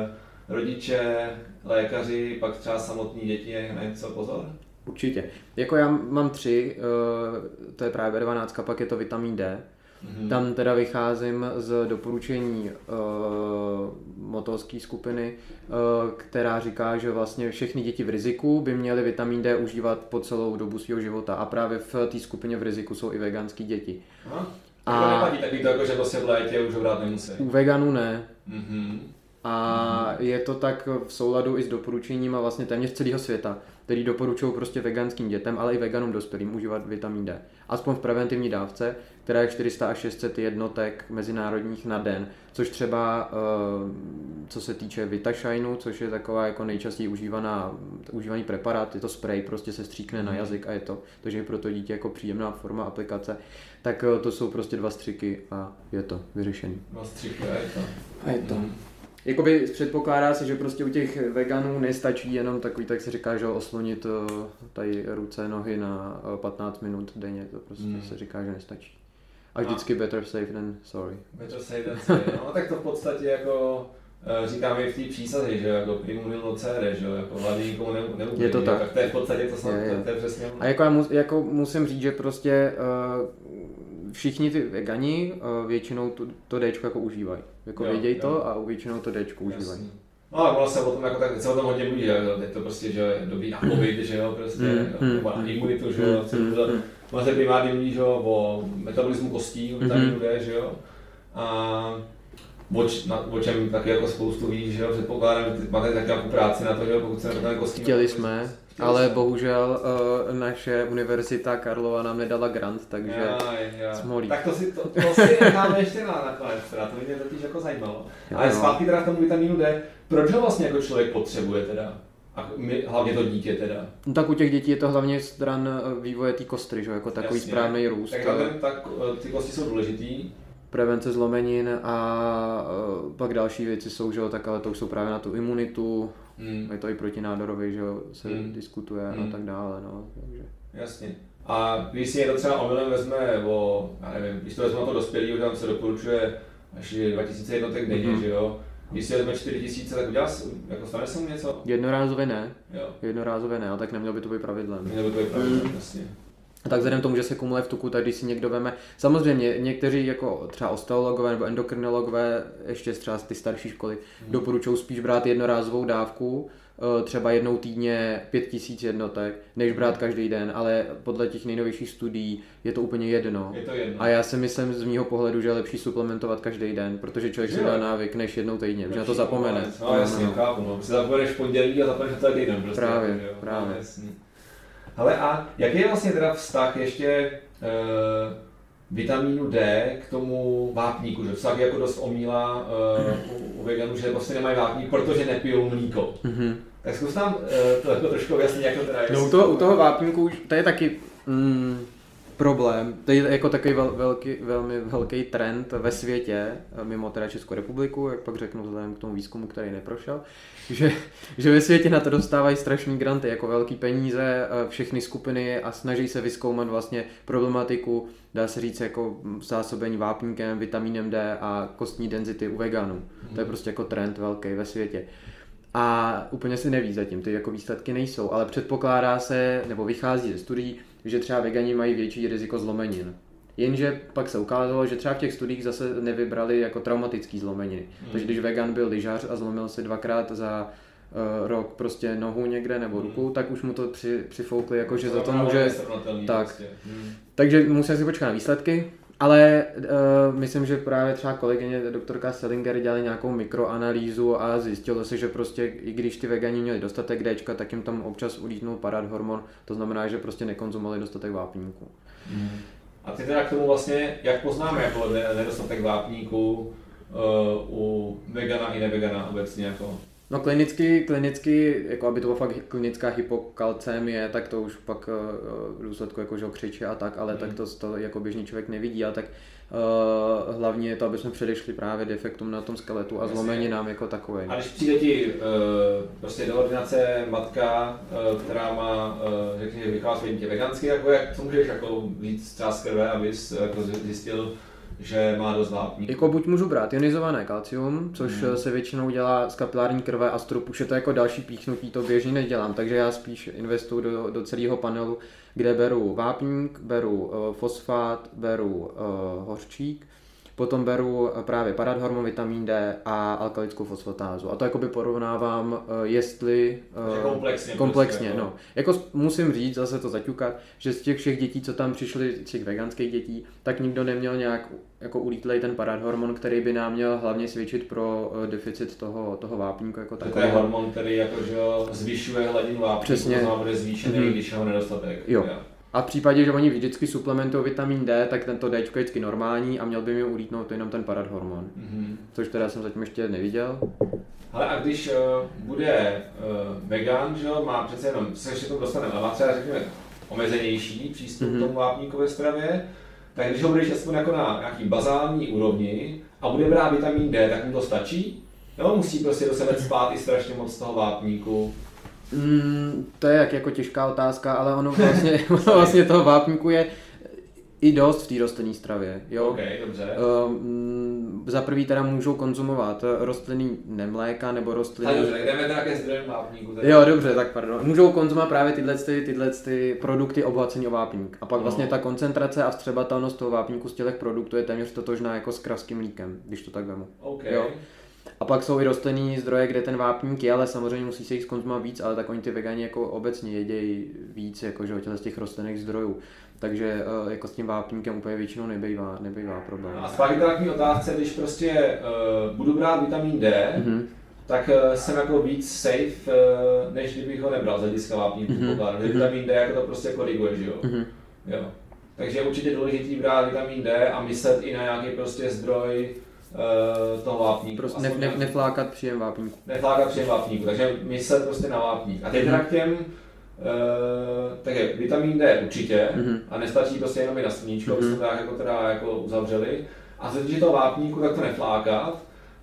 rodiče, lékaři, pak třeba samotní děti, na něco pozor?
Určitě. Jako já mám tři, to je právě bé dvanáct, pak je to vitamin D. Mm-hmm. Tam teda vycházím z doporučení uh, motolské skupiny, uh, která říká, že vlastně všechny děti v riziku by měly vitamin D užívat po celou dobu svého života a právě v té skupině v riziku jsou i veganské děti.
Aha. A to neplatí takový to, jako, že prostě v létě už ho brát nemusí.
U veganů ne.
Mm-hmm.
A mm-hmm. je to tak v souladu i s doporučením vlastně téměř celého světa, který doporučují prostě veganským dětem, ale i veganům dospělým užívat vitamin D. Aspoň v preventivní dávce, která je čtyři sta až šest set jednotek mezinárodních na den, což třeba co se týče Vitashinu, což je taková jako nejčastěji užívaná, užívaný preparát, je to spray, prostě se stříkne na jazyk a je to, takže je pro to dítě jako příjemná forma aplikace, tak to jsou prostě dva střiky a je to vyřešený.
Dva střiky a je to.
A je to. Mm. Jakoby předpokládá se, že prostě u těch veganů nestačí jenom takový, tak se říká, že oslonit tady ruce, nohy na patnáct minut denně, to prostě mm. se říká, že nestačí. A vždycky a. better safe than sorry.
Better safe than sorry, no tak to v podstatě jako říkáme i v té přísaze, že jako primum non nocere, že jako hlavně nikomu neublíží.
Je to tak.
Tak to je v podstatě to snad,
je, je.
to je přesně.
A jako, já mu, jako musím říct, že prostě uh, všichni ty vegani uh, většinou to, to Dčko jako užívají. Jako jo, vědějí jo. to a většinou to Dčko užívají.
No ale ono se o tom jako tak, se o tom hodně mluví, že je to prostě, že je dobrý na covid, že jo, prostě, mm, nebo na imunitu, že jo, mm, mm, ono se primárně mluví, že jo, o metabolismu kostí, o vitaminu D, že jo, a o, na, o čem taky jako spoustu ví, že jo, předpokládám, že máte taky nějakou práci na to, že jo, pokud se na kostí.
Chtěli jsme. Ale jsme. Bohužel uh, naše univerzita Karlova nám nedala grant, takže smolí.
Tak to si, to, to si necháme ještě na nakonec, teda, to mě totiž jako zajímalo. Jo, ale zpátky teda k tomu vitamínu D, proč ho vlastně jako člověk potřebuje teda? A my, hlavně to dítě teda.
No tak u těch dětí je to hlavně stran vývoje té kostry, že? Jako takový Jasně. správný růst.
Tak, ten, tak ty kosti jsou důležitý.
Prevence zlomenin a uh, pak další věci jsou, že jo, tak ale to už jsou právě na tu imunitu, hmm. je to i protinádorovi, že jo, se hmm. diskutuje hmm. a tak dále, no, takže.
Jasně. A když si někdo třeba omylem vezme o, já nevím, když to vezme na to dospělý, tam se doporučuje až dva tisíce jednotek denně, hmm. že jo, když si vezme čtyři tisíce, tak udělá, jako stane se mu něco?
Jednorázově ne,
jo.
jednorázově ne, ale tak nemělo by to být pravidlem.
Nemělo by to být pravidlem, hmm. jasně.
A tak vzhledem k tomu, že se kumuluje v tuku, tak když si někdo veme, samozřejmě někteří jako třeba osteologové nebo endokrinologové, ještě třeba z ty starší školy, hmm. doporučují spíš brát jednorázovou dávku, třeba jednou týdně pět tisíc jednotek, než brát každý den, ale podle těch nejnovějších studií je to úplně jedno.
Je to jedno.
A já si myslím z mýho pohledu, že je lepší suplementovat každý den, protože člověk si dá návyk než jednou týdně, že na to zapomene.
No jasně, chápu, no. Si zapomeneš v pondělí a zapomeneš to týden prostě.
Právě,
jako,
právě.
No, hele a jaký je vlastně teda vztah ještě e, vitamínu D k tomu vápníku, že vztah jako dost omílá e, u, u veganů, že prostě nemají vápník, protože nepijou mlíko. Mm-hmm. Tak zkus nám e, to jako trošku vyjasnit, jak to teda je.
No u toho, u toho vápníku, to je taky mm, problém, to je jako takový vel, velký, velmi velký trend ve světě, mimo teda Českou republiku, jak pak řeknu vzhledem k tomu výzkumu, který neprošel, že, že ve světě na to dostávají strašný granty, jako velký peníze, všechny skupiny a snaží se vyzkoumat vlastně problematiku, dá se říct jako zásobení vápníkem, vitamínem D a kostní denzity u veganů. Mm. To je prostě jako trend velký ve světě. A úplně se neví zatím, ty jako výsledky nejsou, ale předpokládá se, nebo vychází ze studií, že třeba vegani mají větší riziko zlomenin. Jenže pak se ukázalo, že třeba v těch studiích zase nevybrali jako traumatický zlomeniny. Mm. Takže když vegan byl lyžař a zlomil se dvakrát za uh, rok prostě nohu někde nebo ruku, mm. tak už mu to při, přifoukli, jako že to za to může... Tak.
Prostě. Mm.
Takže musíme si počkat na výsledky, Ale uh, myslím, že právě třeba kolegyně doktorka Selinger dělali nějakou mikroanalýzu a zjistilo se, že prostě i když ty vegani měli dostatek Dčka, tak jim tam občas ulítnul paradhormon, to znamená, že prostě nekonzumovali dostatek vápníku.
Mm. A ty teda k tomu vlastně, jak poznáme jako nedostatek vápníku uh, u vegana i nevegana obecně jako?
No klinicky, klinicky, jako aby to byla fakt klinická hypokalcémie, tak to už pak uh, v důsledku jako, že křiče a tak, ale mm. tak to, to jako běžný člověk nevidí, ale tak uh, hlavně je to, aby jsme předešli právě defektům na tom skeletu a zlomeninám jako takové.
A když přijde ti uh, prostě do ordinace matka, uh, která má, uh, řekněme, vychází svým tě vegansky, jako jak to můžeš jako víc třeba z krve, abys jako zjistil, že má dost vápníku?
Jako buď můžu brát ionizované kalcium, což hmm. se většinou dělá z kapilární krve a strup, už je to jako další píchnutí, to běžně nedělám, takže já spíš investuju do, do celého panelu, kde beru vápník, beru uh, fosfát, beru uh, hořčík, potom beru uh, právě paradhormon, vitamin D a alkalickou fosfatázu. A to jakoby porovnávám, uh, jestli...
Uh, komplexně.
Komplexně,
prostě,
no. Jako musím říct, zase to zaťukat, že z těch všech dětí, co tam přišly, z těch veganských dětí, tak nikdo neměl nějak jako ulítlej ten paradhormon, který by nám měl hlavně svědčit pro uh, deficit toho, toho vápníku jako takového.
To je hormon, který jakože zvyšuje hladinu vápníku,
přesně.
To znamená, bude zvýšený, mm-hmm. když je ho nedostatek.
Jo. Jo. A v případě, že oni vždycky suplementují vitamin D, tak tento D je vždycky normální a měl by mi ulítnout to jenom ten paradhormon. Mm-hmm. Což teda jsem zatím ještě neviděl.
Ale a když uh, bude uh, vegan, že jo, má přece jenom, se ještě to dostaneme, ale má třeba řekněme omezenější přístup mm-hmm. k tomu vápníku ve stravě, tak když ho budeš aspoň jako na nějaký bazální úrovni a bude brát vitamin D, tak mu to stačí? Nebo musí prostě do sebe spát i strašně moc toho vápníku?
Mm, to je jak jako těžká otázka, ale ono vlastně, ono vlastně toho vápníku je i dost v té rostlinné stravě. Jo?
Okay, dobře.
Um, za prvý teda můžou konzumovat rostlinný nemléka nebo rostlinný...
Tak dobře, jdeme teda ke zdrojem vápníku. Teda.
Jo, dobře, tak pardon. Můžou konzumovat právě tyhle, ty, tyhle ty produkty obohacený o vápník. A pak no. vlastně ta koncentrace a vstřebatelnost toho vápníku z těch produktů je téměř totožná jako s kravským mlíkem, když to tak vemu.
Okay.
Jo? A pak jsou i rostlinný zdroje, kde ten vápník je, ale samozřejmě musí se jich konzumovat víc, ale tak oni ty vegani jako obecně jedějí víc jako, že, z těch rostlinných zdrojů. Takže jako s tím vápníkem úplně většinou nebývá, nebývá problém.
A zpátky teda k mý otázce, když prostě uh, budu brát vitamin D, mm-hmm. tak uh, jsem jako víc safe, uh, než kdybych ho nebral z hlediska vápníku. Mm-hmm. Vitamin D jako to prostě koriguje, že jo? Mm-hmm. Jo. Takže je určitě důležitý brát vitamin D a myslet i na nějaký prostě zdroj uh, toho vápníku.
Prostě ne, ne, neflákat příjem vápníku.
Neflákat příjem vápníku, takže myslet prostě na vápník. A teď teda k těm Uh, takže vitamin D určitě mm-hmm. a nestačí prostě jenom i na sluníčko, mm-hmm. bychom tak jako teda jako uzavřeli. A co se týče toho vápníku, tak to neflákat.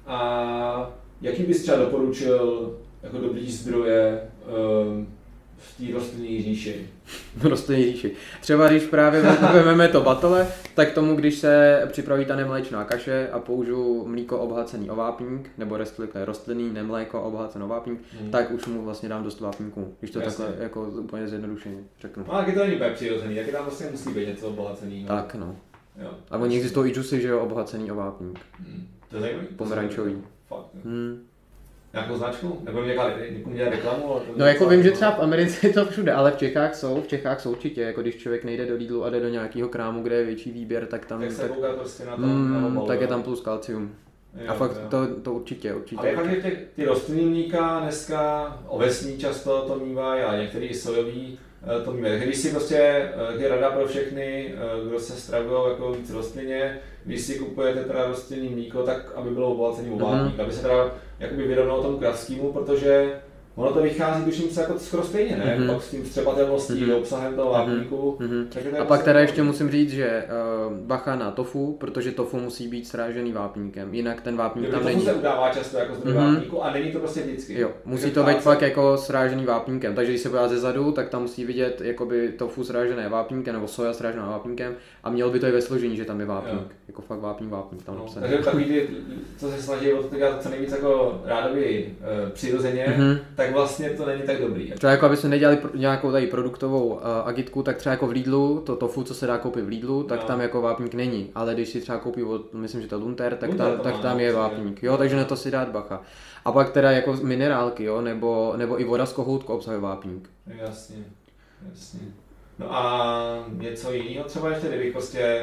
A jaký bys třeba doporučil jako dobrý zdroje um, v té rostlinné říši?
Rostlinné říši. Třeba když právě vezmeme to batole, tak tomu, když se připraví ta nemléčná kaše a použiju mlíko obohacený o vápník, nebo respektive rostlinný nemléko obohacený o vápník, hmm. tak už mu vlastně dám dost vápníku, když to Jasně. takhle jako úplně zjednodušeně řeknu.
No, tak to není úplně přirozený, taky tam vlastně musí být něco obohacený.
Tak no. Jo. A oni existují i džusy, že jo, obohacený o vápník.
Hmm. To je zajímavý.
Pomerančový.
Fakt, hmm. Nějakou značku? Nebo někomu dělat reklamu?
No jako vím, že třeba v Americe je to všude, ale v Čechách jsou, v Čechách jsou určitě, jako když člověk nejde do Lidlu a jde do nějakého krámu, kde je větší výběr, tak tam...
Tak se
tak,
kouká prostě na to,
mm,
na obalu,
tak je tam plus kalcium. Jo, a fakt to, to určitě, určitě.
Ale fakt, že ty, ty rostlinný mlíka dneska, ovesní často to mívají a některý i sojový to mývají. Když si prostě, je rada pro všechny, kdo se stravují jako víc rostlině, když si kupujete teda rostlinný mlíko, tak aby bylo obohacený o vápník, mm-hmm. aby se teda jakoby vyrovnalo tomu kravskému, protože ono to vychází tuším se jako skoro stejně, ne? Mm-hmm. Pak s tím vstřebatelností, mm-hmm. obsahem toho vápníku. Mm-hmm.
A pak teda ještě musím říct, že uh, bacha na tofu, protože tofu musí být srážený vápníkem, jinak ten vápník tam není.
Tofu se udává často jako zdroj mm-hmm. vápníku a není to prostě vždycky.
Jo, musí to být fakt jako srážený vápníkem, takže když se podívá ze zadu, tak tam musí vidět jakoby tofu srážené vápníkem nebo soja srážená vápníkem a mělo by to i ve složení, že tam je vápník, jo. Jako fakt vápník, vápník tam
no,
napsané.
Takže takový ty, co se snaží dělat co nejvíc jako rádoby uh, přirozeně, mm-hmm. tak vlastně to není tak dobrý.
Třeba jako aby jsme nedělali nějakou tady produktovou uh, agitku, tak třeba jako v Lidlu, to tofu, co se dá koupit v Lidlu, tak no. tam jako vápník není, ale když si třeba koupí od, myslím, že to Lunter, tak, Lunter tam, tak tam je vápník, jo, takže na to si dát bacha. A pak teda jako minerálky, jo, nebo, nebo i voda z kohoutku obsahuje vápník.
Jasně, jasně. No a něco jiného třeba ještě, kdybych prostě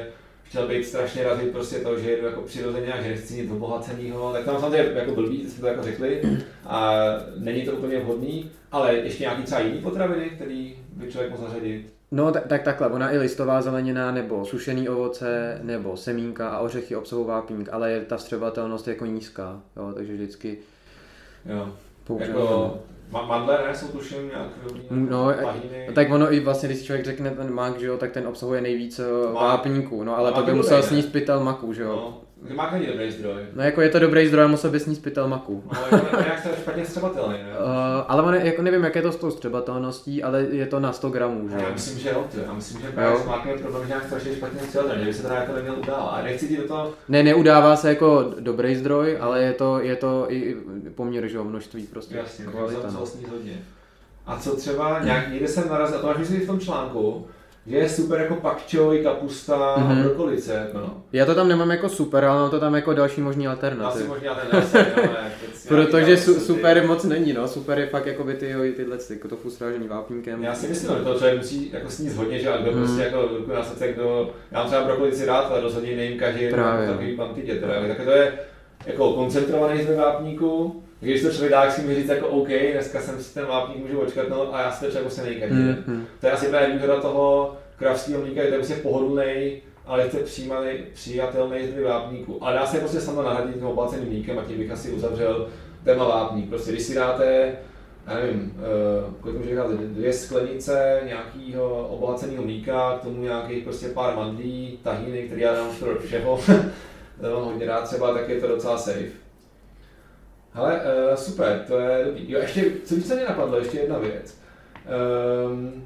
chtěl být strašně razit prostě to, že jedu jako přirozeně a že nechci nic obohacenýho, tak tam samozřejmě jako blbý, jsme to jako řekli a není to úplně vhodný, ale ještě nějaký třeba jiný potraviny, který by člověk mohl zařadit.
No tak, tak takhle, ona i listová zelenina, nebo sušený ovoce, nebo semínka a ořechy obsahují vápník, ale je ta vstřebatelnost jako nízká, jo, takže vždycky
jo.
použijeme.
Jako mandle, ne, jsou tuším nějak
no, tak ono i vlastně, když si člověk řekne ten mak, že jo, tak ten obsahuje nejvíc vápníků, no ale to by musel sníst pytel maku, že jo.
No. Mák není dobrý zdroj.
No jako je to dobrý zdroj, musel by sníst pytel maku.
No, je to nějak špatně střebatelný, ne?
Uh, ale on, jako nevím, jak je to s tou střebatelností, ale je to na sto gramů, že jo?
Já myslím, že jo, já myslím, že právě s mákem je problém, že nějak strašně špatně střebatelný, že by se teda jako neměl udávat, ale nechci ti do toho...
Ne, neudává se jako dobrý zdroj, ale je to, je to i poměr, že jo, množství prostě.
Jasně,
kvalita,
to
no.
sníst hodně. A co třeba, nějak, někde jsem narazil, a to máš myslím v tom článku, že je super jako pak choi, kapusta mm-hmm. a brokolice, jako no.
Já to tam nemám jako super, ale mám to tam jako další možný alternativy.
Asi možná ten lesem, jo, ne,
protože su- super moc není, no, super je fakt jako by ty, jo, tyhle jako tofu srážený vápníkem.
Já si myslím, že to člověk musí jako sníst hodně, že a kdo mm. prostě jako ruku na srdce, kdo, já mám třeba brokolici rád, ale rozhodně nejím každý jako takový kvantitě, teda, tak to je jako koncentrovaný zdroj vápníku. Když to člověk dá, tak si mi říct jako OK, dneska jsem si ten vápník můžu očkrtnout a já si to třeba se nejkaždý. Mm-hmm. To je asi právě výhoda toho kravského mlíka, že to je prostě pohodlnej, ale je to přijatelný zdroj vápníku. A dá se prostě snadno nahradit tím obohaceným mlíkem a tím bych asi uzavřel téma vápník. Prostě když si dáte, já nevím, kolik může říkat, dvě sklenice nějakého obohaceného mlíka, k tomu nějakých prostě pár mandlí, tahiny, který já dám skoro všeho, to mám hodně rád třeba, tak je to docela safe. Hele, uh, super, to je dobrý. Jo, ještě, co víc se mě napadlo, ještě jedna věc. Um,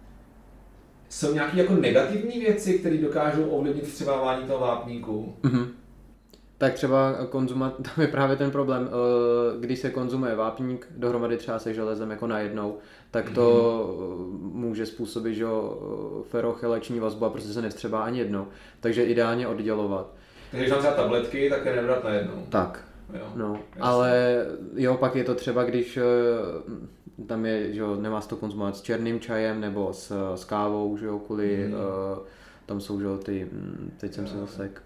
jsou nějaké jako negativní věci, které dokážou ovlivnit vstřebávání toho vápníku?
Mm-hmm. Tak třeba konzumat, tam je právě ten problém, uh, když se konzumuje vápník dohromady třeba se železem jako najednou, tak to mm-hmm. může způsobit, že ferrochelační vazbu a prostě se nevstřebá ani jednou. Takže ideálně oddělovat.
Takže když mám třeba tabletky, tak je nebrat najednou.
Tak.
Jo,
no, ale jo, pak je to třeba, když tam je, že jo, nemá se to konzumovat s černým čajem nebo s, s kávou, že jo, kvůli, mm. uh, tam jsou, že jo, ty, teď jsem se zasek.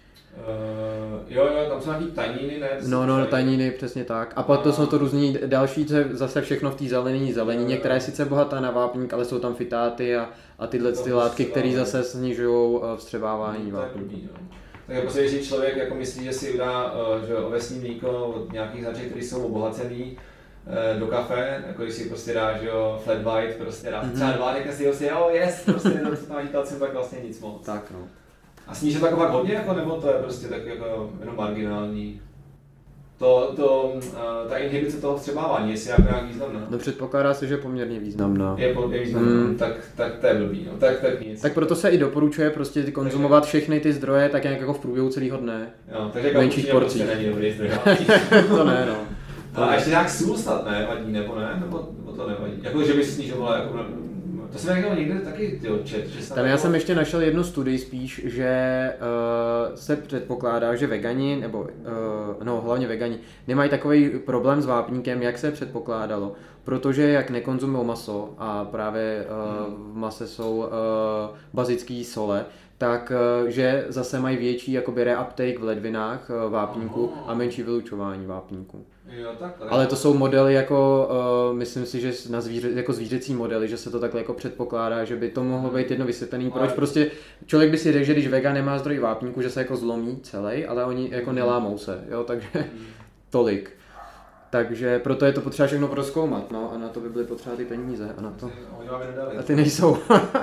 Uh, jo, jo, tam jsou nějaký taniny, ne?
No, no, taniny, přesně tak. A pak to jsou to různý další, co je zase všechno v té zeleniní zelenině, která je sice bohatá na vápník, ale jsou tam fytáty a, a tyhle ty látky, které zase snižují vstřebávání vápníku.
Tak prostě, když si člověk jako myslí, že si udá že ovesní mlíko od nějakých značek, které jsou obohacený do kafe, jako když si prostě dá, že jo, flat white, prostě dá mm-hmm. třeba dva, řekne si vlastně, jo, yes, prostě to, co tam říkal jsem, tak vlastně nic moc.
Tak no.
A sníže to jako fakt hodně, jako, nebo to je prostě tak jako jenom marginální? To, to, ta inhibice toho vstřebávání, jestli jako nějak významná?
No předpokládá se, že je poměrně významná.
Je, je významná, hmm. tak, tak to je blbý, no, tak, tak nic.
Tak proto se i doporučuje prostě konzumovat takže všechny ty zdroje tak nějak jako v průběhu celého dne.
Jo, takže menších porcí. Prostě není dobrý zdroj.
To ne, no.
To a ne. Ještě nějak sůl snad ne, vadí, nebo ne? Nebo, nebo to nevadí? Jako, že by si snižovala jako... To jsem jako někde taky tyjo, čet, že
tam já jako... jsem ještě našel jednu studii spíš, že uh, se předpokládá, že vegani, nebo uh, no hlavně vegani, nemají takový problém s vápníkem, jak se předpokládalo. Protože jak nekonzumují maso a právě uh, v mase jsou uh, bazické sole, tak uh, že zase mají větší jakoby reuptake v ledvinách uh, vápníku a menší vylučování vápníku.
Jo, tak, ale...
ale to jsou modely jako, uh, myslím si, že na zvíře, jako zvířecí modely, že se to takhle jako předpokládá, že by to mohlo být jedno vysvětlený, proč ale... prostě člověk by si řekl, že když vegan nemá zdroj vápníku, že se jako zlomí celý, ale oni jako nelámou se, jo, takže tolik. Takže proto je to potřeba všechno prozkoumat, no, a na to by byly potřeba ty peníze a na to. A ty nejsou.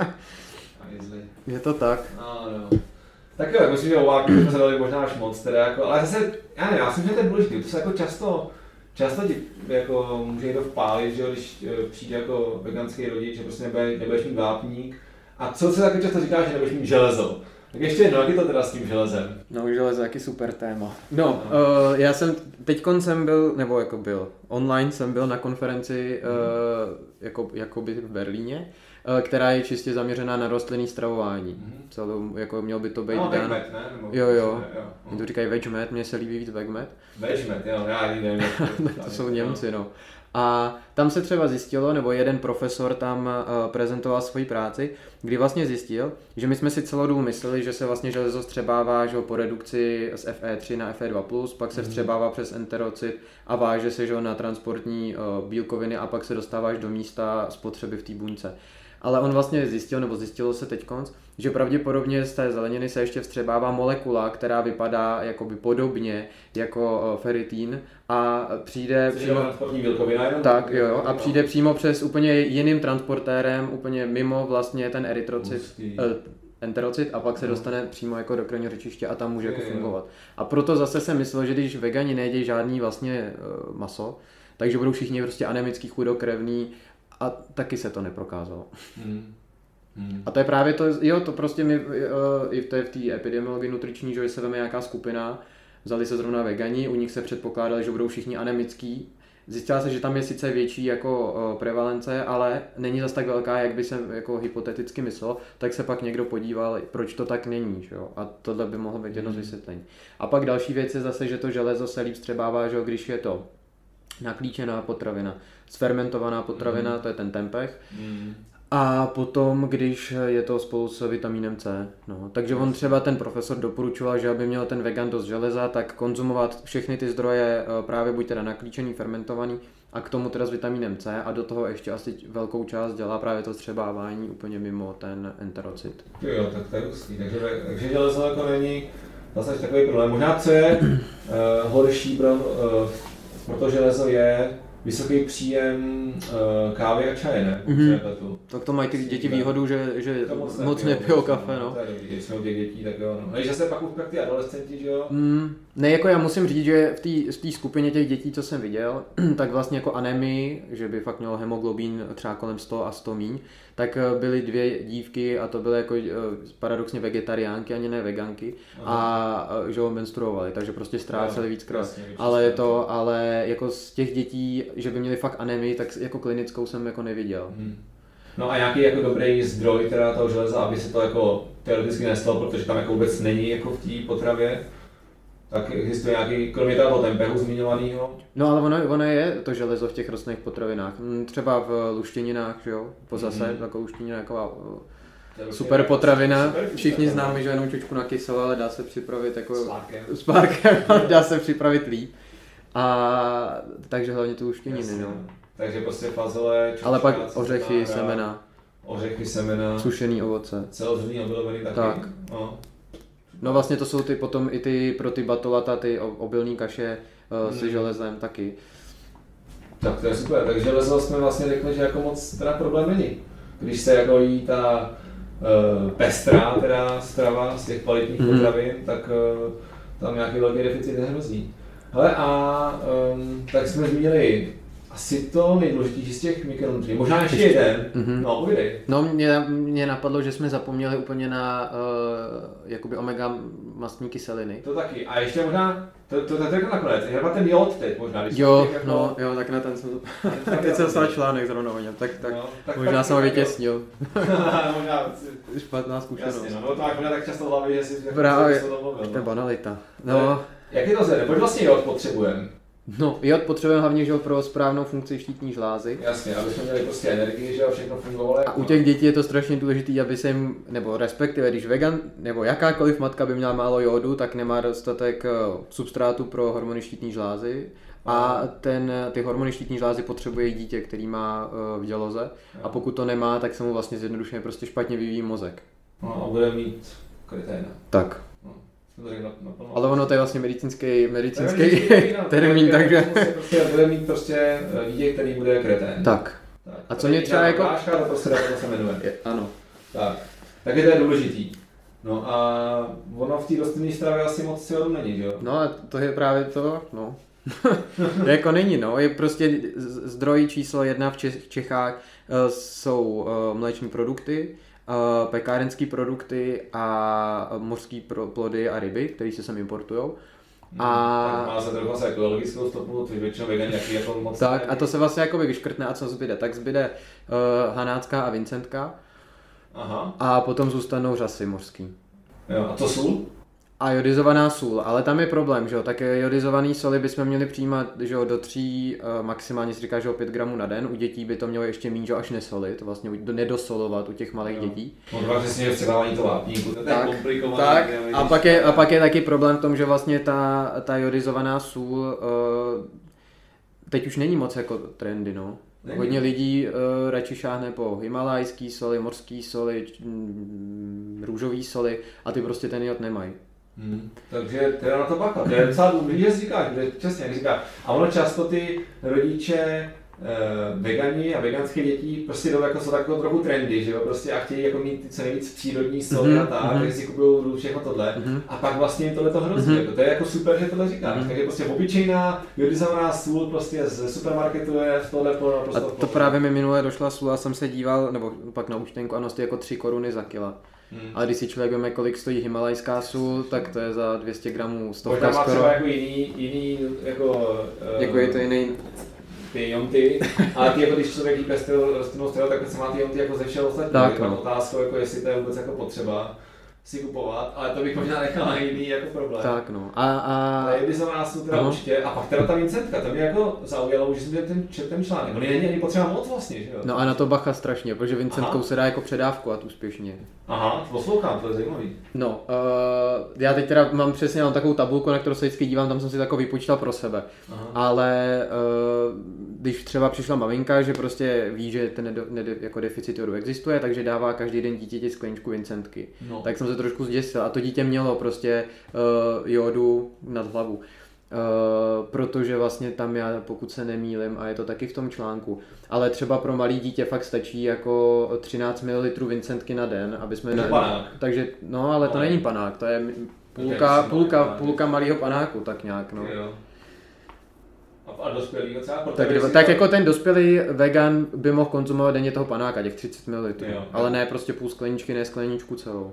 Je to tak.
No, no. Tak jo, myslím, že o vápníku jsme se dali možná až moc, teda jako, ale zase, já nevím, já myslím, že to je důležité, to se jako často, často ti jako může někdo vpálit, že když přijde jako veganský rodič, že prostě nebude, nebudeš mít vápník. A co se taky často říká, že nebudeš mít železo. Tak ještě jedno, jak je to teda s tím železem?
No, železo je taky super téma. No, no. Uh, já jsem, teďkon jsem byl, nebo jako byl, online jsem byl na konferenci uh, jako, jakoby v Berlíně, která je čistě zaměřená na rostlinné stravování. Mm-hmm. Celou, jako měl by to být
no,
dan...
vegmet, ne? Nebo
jo, jo. Oni to říkají vegmet, mně se líbí víc vegmet.
Vegmet, jo, já nevím.
To jsou Němci, no. A tam se třeba zjistilo, nebo jeden profesor tam uh, prezentoval svoji práci, kdy vlastně zjistil, že my jsme si celou dobu mysleli, že se vlastně železo vstřebává že po redukci z F E tři na F E dva plus, pak se vstřebává přes enterocit a váže se že na transportní uh, bílkoviny a pak se dostáváš do místa spotřeby v té buňce. Ale on vlastně zjistil, nebo zjistilo se teďkonc, že pravděpodobně z té zeleniny se ještě vstřebává molekula, která vypadá jakoby podobně jako feritín a přijde
Což
přímo...
transportní bílkovina, jenom
Tak jo, jo, a přijde přímo přes úplně jiným transportérem, úplně mimo vlastně ten erytrocit, eh, enterocit a pak se dostane přímo jako do krevního řečiště a tam může jako fungovat. A proto zase jsem myslel, že když vegani nejedí žádný vlastně uh, maso, takže budou všichni prostě anemický, chudokrevný a taky se to neprokázalo.
Hmm. Hmm.
A to je právě to, jo, to prostě mi, uh, i v té, v té epidemiologii nutriční, že se veme nějaká skupina, vzali se zrovna vegani, u nich se předpokládali, že budou všichni anemický. Zjistila se, že tam je sice větší jako uh, prevalence, ale není zas tak velká, jak by se jako hypoteticky myslel, tak se pak někdo podíval, proč to tak není, že jo? A tohle by mohlo být jedno z vysvětlení. A pak další věc je zase, že to železo se líp vstřebává, že jo, když je to naklíčená potravina, sfermentovaná potravina, mm. to je ten tempeh. Mm. A potom, když je to spolu s vitamínem C. No. Takže on třeba ten profesor doporučoval, že aby měl ten vegan dost železa, tak konzumovat všechny ty zdroje právě buď teda naklíčený, fermentovaný a k tomu teda s vitamínem C a do toho ještě asi velkou část dělá právě to střebávání úplně mimo ten enterocit.
Jo, tak to je hustý. Takže, takže železo jako není zase takový problém. Možná co je uh, horší pro, uh, pro to železo je vysoký příjem uh, kávy a čaje, ne?
Mm-hmm. Tak to mají ty děti výhodu, že, že moc, moc nepijou kafe, no.
To je dobrý, když jsme u těch dětí, tak jo, no. No, že se pak už pak ty adolescenti, že jo?
Mm, ne, jako já musím říct, že v té skupině těch dětí, co jsem viděl, tak vlastně jako anemii, že by fakt mělo hemoglobín třeba kolem sto a sto míň, tak byly dvě dívky a to byly jako paradoxně vegetariánky, ani ne veganky. Aha. A že ho menstruovali, takže prostě ztráceli víc krve. Ale to, ale jako z těch dětí, že by měli fakt anemii, tak jako klinickou jsem jako neviděl. Hmm.
No a nějaký jako dobrý zdroj teda toho železa, aby se to jako teoreticky nestalo, protože tam jako vůbec není jako v té potravě, tak existuje nějaký, kromě toho tempehu zmiňovaného?
No ale ono, ono je to železo v těch rostlinných potravinách, třeba v luštěninách, že jo, po zase, mm-hmm. taková luštěnina, taková super potravina, super, všichni známe, že jenom čočku na kyselo, ale dá se připravit jako s párkem, dá se připravit líp. A takže hlavně tu luštěniny, no.
Takže prostě fazole, čočka,
ale pak ořechy, nára, semena.
Ořechy, semena.
Sušený ovoce.
Celozrnný obiloviny taky.
Tak. No. No vlastně to jsou ty potom i ty pro ty batolata, ty obilní kaše uh, hmm. s železem taky.
Tak to je super, takže železo jsme vlastně řekli, že jako moc teda problém není. Když se jako jí ta uh, pestrá teda strava z těch kvalitních hmm. potravin, tak uh, tam nějaký velký deficit nehrozí. Hele a um, tak jsme zmínili asi to nejdůležitější z těch mikronutrientů. Možná ještě jeden. Mm-hmm. No, uvidej.
No, mě, mě napadlo, že jsme zapomněli úplně na uh, jakoby omega mastní kyseliny.
To taky. A ještě možná, to, to, to, to je nakonec, třeba ten jod teď možná. Když
jo, jako... no, jo, tak na ten jsem, tak teď jsem psal článek zrovna o něm, tak, tak, no, tak možná tak, jsem ho vytěsnil.
možná.
Špatná zkušenost.
Jasně, no, to máš možná tak často v hlavě, že si
právě, to mluvil. To je banalita. No.
Jak je to zde? Proč vlastně jod potřebujeme?
No, jod potřebujeme hlavně, že pro správnou funkci štítní žlázy.
Jasně, aby jsme měli prostě energii, že všechno fungovalo.
A u těch dětí je to strašně důležité, aby se jim, nebo respektive, když vegan, nebo jakákoliv matka by měla málo jodu, tak nemá dostatek substrátu pro hormony štítní žlázy. A ten, ty hormony štítní žlázy potřebuje dítě, který má v děloze. A pokud to nemá, tak se mu vlastně zjednodušeně prostě špatně vyvíjí mozek.
No a bude mít kreténa.
Tak. Ale ono to je vlastně medicínský, medicínský termín, takže...
Prostě bude mít prostě dítě, který bude kretén.
Tak. tak. A co mě třeba jako...
Pláška, to prostě to se jmenuje.
Je, ano.
Tak. Takže to je důležitý. No a ono v té rostlinné stravě asi moc jodu není, že jo?
No a to je právě to, no. jako není, no. Je prostě zdroj číslo jedna v Čechách jsou mléční produkty, Uh, pekárenské produkty a mořské plody a ryby, které se sem importujou.
Hmm, a... Tak má se trochu asi ekologickou stopu, ty většinou vegan jaký jako moc...
Tak a to se vlastně jakoby vyškrtne a co zbyde? Tak zbyde uh, hanácká a vincentka.
Aha.
A potom zůstanou řasy mořský.
Jo, a to sůl?
A jodizovaná sůl, ale tam je problém, že jo, tak jodizovaný soli bychom měli přijímat, že jo, do tří, maximálně si říká, že o pět gramů na den, u dětí by to mělo ještě méně, že až nesolit, vlastně nedosolovat u těch malých no. dětí.
Možná přesně vstřebávání to vápníku, to je tak komplikované.
Tak, a pak je, a pak je taky problém v tom, že vlastně ta, ta jodizovaná sůl uh, teď už není moc jako trendy, no. Není. Hodně lidí uh, radši šáhne po himalajský soli, mořský soli, mm, růžový soli a ty prostě ten jod nemají.
Hmm. Takže teda na to bacha, to je docela důležité, že říkáš, přesně jak říkáš. A ono často ty rodiče eh, vegani a veganské děti prostě jdou jako jsou takové trochu trendy, že jo, prostě a chtějí jako mít co nejvíc přírodní sol mm-hmm. a tak, mm-hmm. takže si kupují všechno tohle mm-hmm. a pak vlastně jim tohle to hrozí, mm-hmm. jako, to je jako super, že tohle říkáš, mm-hmm. takže prostě obyčejná jodizovaná sůl prostě z supermarketu je v tohle po prostě.
A to právě mi minule došla sůl a jsem se díval, nebo pak na účtenku, ano, stojí jako tři koruny za kila. Hmm. A když si člověk veme, kolik stojí himalajská sůl, tak to je za dvě stě gramů stovka skoro.
Možná má třeba jako jiný, jiný jako...
Jako je to jiný...
Ty jonty, ale ty jako když člověk jí pestil rostlinnou stravu, tak se má ty jonty jako ze všeho ostatní. Tak no. Otázkou, jako jestli to je vůbec jako potřeba si kupovat, ale to bych možná nechal na jiný jako problém.
Tak no. A, a...
Ale jodizovaná sůl teda určitě. A pak teda ta Vincentka, to mě jako zaujalo, že jsem ten, četl ten článek. On není ani potřeba moc vlastně, že jo?
No a na to bacha strašně, protože Vincentkou se dá jako předávkovat úspěšně.
Aha, poslouchám, to je zajímavý.
No, uh, já teď teda mám přesně mám takovou tabulku, na kterou se vždycky dívám, tam jsem si takový vypočítal pro sebe. Aha. Ale uh, když třeba přišla maminka, že prostě ví, že ten nedo, nede, jako deficit jodu existuje, takže dává každý den dítěti skleničku Vincentky. No. Tak jsem se trošku zděsil a to dítě mělo prostě uh, jodu nad hlavu. Uh, protože vlastně tam já, pokud se nemýlim, a je to taky v tom článku, ale třeba pro malý dítě fakt stačí jako třináct mililitrů Vincentky na den, aby jsme...
Na, panák.
Takže, no ale to není panák, to je půlka, půlka, půlka malého panáku, tak nějak, no.
Jo. A dospělý třeba?
Tak, tak jako ten dospělý vegan by mohl konzumovat denně toho panáka, těch třicet mililitrů, jo, ale ne prostě půl skleničky, ne skleničku celou.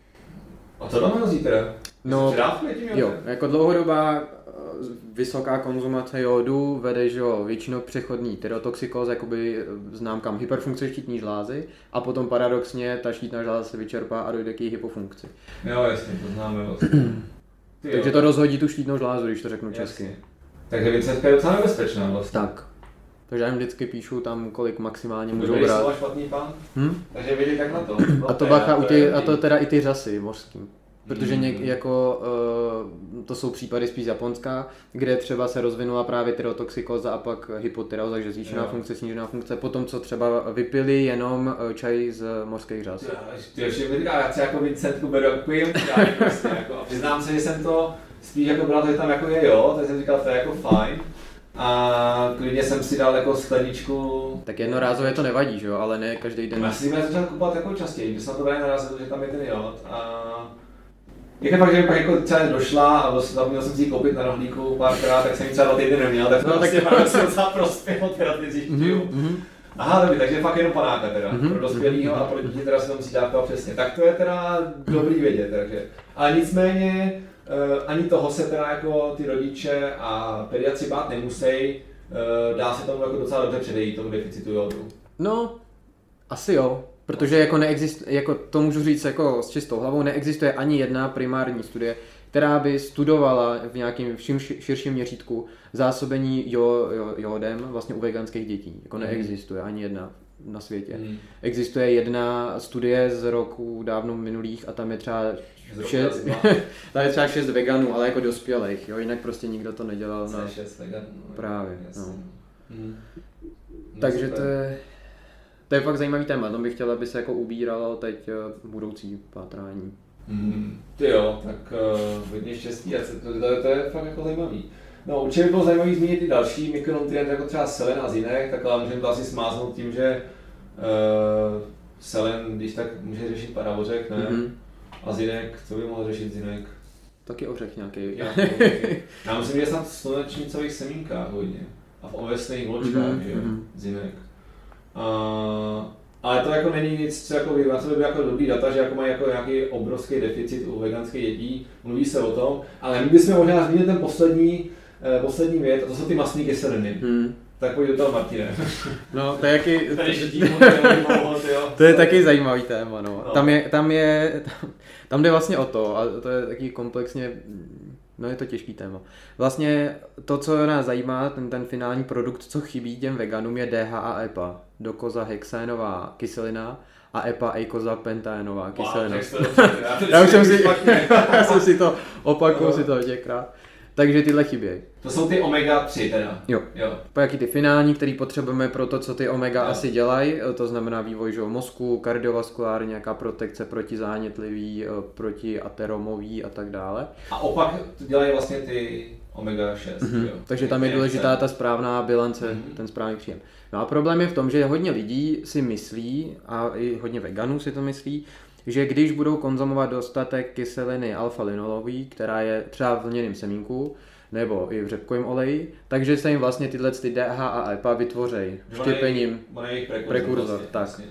A co tam hrozí teda?
No, jo, jako dlouhodobá vysoká konzumace jodu vede, že jo, většinou k přechodní tyrotoxikóze, jakoby známkám hyperfunkce štítní žlázy a potom paradoxně ta štítná žláza se vyčerpá a dojde k její hypofunkci.
Jo, jasně, to známe vlastně.
Takže to rozhodí tu štítnou žlázu, když to řeknu česky.
Jasně. Takže Vincentka je docela nebezpečná vlastně.
Tak. Takže já jim vždycky píšu tam, kolik maximálně můžou
brát.
brát.
To špatný pán?
Hm?
Takže vědět jak na to.
A to bacha, u ty, a to teda i ty řasy mořský. Protože něk, jako, uh, to jsou případy spíš japonská, kde třeba se rozvinula právě tyrotoxikóza a pak hypotyreóza, takže zvýšená jo. funkce, snížená funkce, potom co třeba vypili jenom čaj z mořských řas.
Ty ještě mi říká, já si jako Vincentku beru jako pijím čaj, prostě, jako, a přiznám se, že jsem to spíš jako bral, že tam jako je jo, tak jsem říkal, to je jako fajn. A klidně jsem si dal jako skleničku.
Tak jednorázově to nevadí, že jo, ale ne každý den.
Já si tím začal kupovat jako častěji, když jsem na to právě narazil, že tam je ten jod. A je fakt, že mi pak jako třeba došla a zapomněl jsem si ji koupit na rohlíku párkrát, tak jsem ji třeba dva týdny neměl, tak no, prostě tak jsem docela prospěl teda ty zjišťuju. Mm-hmm. Aha, dobrý, takže fakt jenom panáka teda, mm-hmm. pro dospělýho a pro děti teda se to musí dát přesně. Tak to je teda dobrý vědět, takže. Ale nicméně uh, ani toho se teda jako ty rodiče a pediatři bát nemusí, uh, dá se tomu jako docela dobře předejít, tomu deficitu jodu.
No, asi jo. Protože jako neexistuje, jako to můžu říct jako s čistou hlavou, neexistuje ani jedna primární studie, která by studovala v nějakém širším měřítku zásobení jo, jo, jodem vlastně u veganských dětí. Jako neexistuje ani jedna na světě. Mm. Existuje jedna studie z roku dávno minulých a tam je třeba šest, tam je třeba šest veganů, ale jako dospělých, jo, jinak prostě nikdo to nedělal. Na...
šest veganů.
Právě, no. Mm. Takže to je... To je fakt zajímavý téma, tam bych chtěl, aby se jako ubíralo teď budoucí pátrání.
Mm, ty jo, tak uh, hodně štěstí a to, to, to je fakt jako zajímavý. No určitě by bylo zajímavý zmínit i další mikronutrienty, jako třeba selen a zinek, tak ale můžeme to asi smáznout tím, že uh, selen, když tak může řešit paravořek, ne? Mm-hmm. A zinek, co by mohl řešit zinek?
Taky ořech nějaký.
Já, já myslím, že je snad v slunečnicových semínkách hodně a v ovesných vločkách, mm-hmm. že zinek. Uh, ale to jako není nic, co jako vyvá, co by jako dobrý data, že jako mají jako nějaký obrovský deficit u veganských dětí, mluví se o tom, ale my bychom možná zmínili ten poslední, eh, poslední věc, a to jsou ty mastné kyseliny. Hmm. Tak pojď do toho, Martine.
No, to je jaký... To je taky zajímavý téma, no. no. Tam je, tam je, Tam jde vlastně o to, a to je taky komplexně, no je to těžký téma. Vlastně to, co nás zajímá, ten, ten finální produkt, co chybí těm veganům, je D H A EPA, dokozahexénová kyselina a EPA eikozapentaenová kyselina.
Wow,
já už jsem si, já jsem si to opakuju si to hodněkrát. Takže tyhle chybějí.
To jsou ty omega tři teda.
Jo.
jo.
Jaký ty finální, který potřebujeme pro to, co ty omega
jo.
asi dělají, to znamená vývoj že, mozku, kardiovaskulární, nějaká protekce proti zánětlivý, proti ateromový a tak dále.
A opak dělají vlastně ty omega šest.
Mm-hmm.
Jo.
Takže tam je důležitá ta správná bilance, mm-hmm. ten správný příjem. No a problém je v tom, že hodně lidí si myslí, a i hodně veganů si to myslí, že když budou konzumovat dostatek kyseliny alfa-linolový, která je třeba v vlněném semínku, nebo i v řepkovém oleji, takže se jim vlastně tyhle ty D H A EPA vytvořejí štěpením. Prekurzor, vlastně, tak. Vlastně.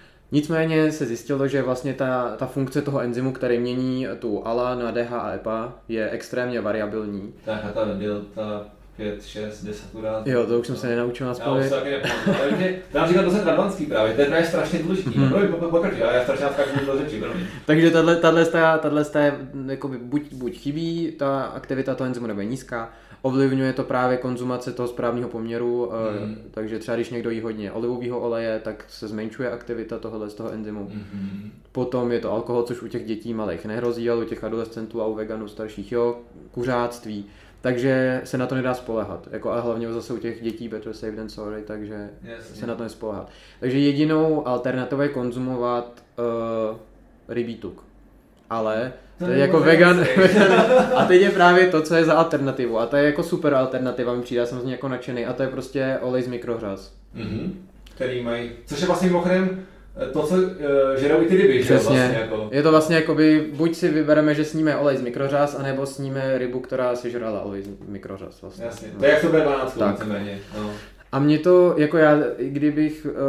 Nicméně se zjistilo, že vlastně ta, ta funkce toho enzymu, který mění tu A L A na D H A EPA, je extrémně variabilní.
Tak a ta delta pět, šest, desaturát.
Jo, to už jsem se nenaučil na
spolu. Já už se taky nepamatuji, ale dám říkat, to se radvanský právě, to je právě strašně důležitý. Mm. No, pokračuj, já strašně skáču do řeči, promiň.
Takže tahle je, jakoby, buď, buď chybí, ta aktivita toho enzymu nebo je nízká, ovlivňuje to právě konzumace toho správného poměru, mm. takže třeba když někdo jí hodně olivového oleje, tak se zmenšuje aktivita tohohle z toho enzymu. Mm. Potom je to alkohol, což u těch dětí malých nehrozí, ale u těch adolescentů a u veganů starších, jo, kuřáctví. Takže se na to nedá spolehat, jako a hlavně zase u těch dětí better safe than sorry, takže Jasně. se na to nespolehat. Takže jedinou alternativou je konzumovat uh, rybí tuk. Ale to, to je jako vegan, a teď je právě to, co je za alternativu a to je jako super alternativa, mi přijde, já jsem z ní jako nadšený a to je prostě olej z mikrohřaz.
Mm-hmm. Který mají, což je vlastně mimochodem to, co uh, žerou i ty ryby, že vlastně jako...
Je to vlastně jakoby, buď si vybereme, že sníme olej z mikrořas, anebo sníme rybu, která si žrala olej z mikrořas vlastně.
Jasně, to je jak to B dvanáct, víceméně. No.
A mě to, jako já, kdybych uh,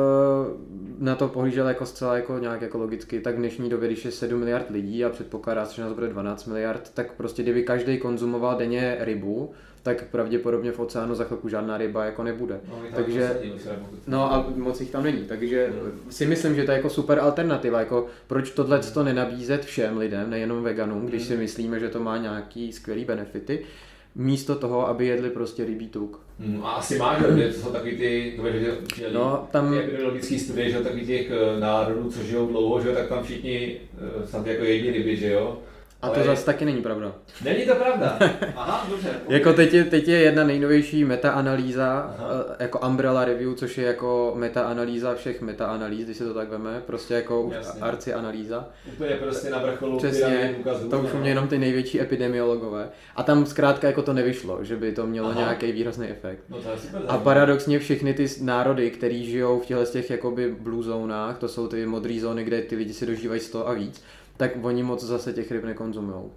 na to pohlížel jako zcela jako nějak jako logicky, tak v dnešní době, když je sedm miliard lidí a předpokládá se, že nás bude dvanáct miliard, tak prostě kdyby každý konzumoval denně rybu, tak pravděpodobně v oceánu za chvilku žádná ryba jako nebude.
No,
takže, no a moc jich tam není, takže hmm. si myslím, že to je jako super alternativa, jako proč tohle hmm. to nenabízet všem lidem, nejenom veganům, když si myslíme, že to má nějaký skvělý benefity, místo toho, aby jedli prostě rybí tuk.
Hmm, a asi máš, že to jsou taky ty, že
no, tam...
epidemiologické studie, že takových těch národů, co žijou dlouho, že tak tam všichni snad jako jedí ryby, že jo?
A to ale... zase taky není pravda.
Není to pravda? Aha, dobře.
Jako teď je, teď je jedna nejnovější meta-analýza, Aha. jako Umbrella Review, což je jako meta-analýza všech meta-analýz, když se to tak veme, prostě jako arci-analýza.
Úplně prostě na vrcholu
Přesně, to už mě jenom ty největší epidemiologové. A tam zkrátka jako to nevyšlo, že by to mělo Aha. nějaký výrazný efekt.
No to je super.
A paradoxně všechny ty národy, který žijou v těchto těch jakoby blue zónách, to jsou ty modré zóny, kde ty lidi si dožívají sto a víc, tak oni moc zase těch ryb nekonzumujou.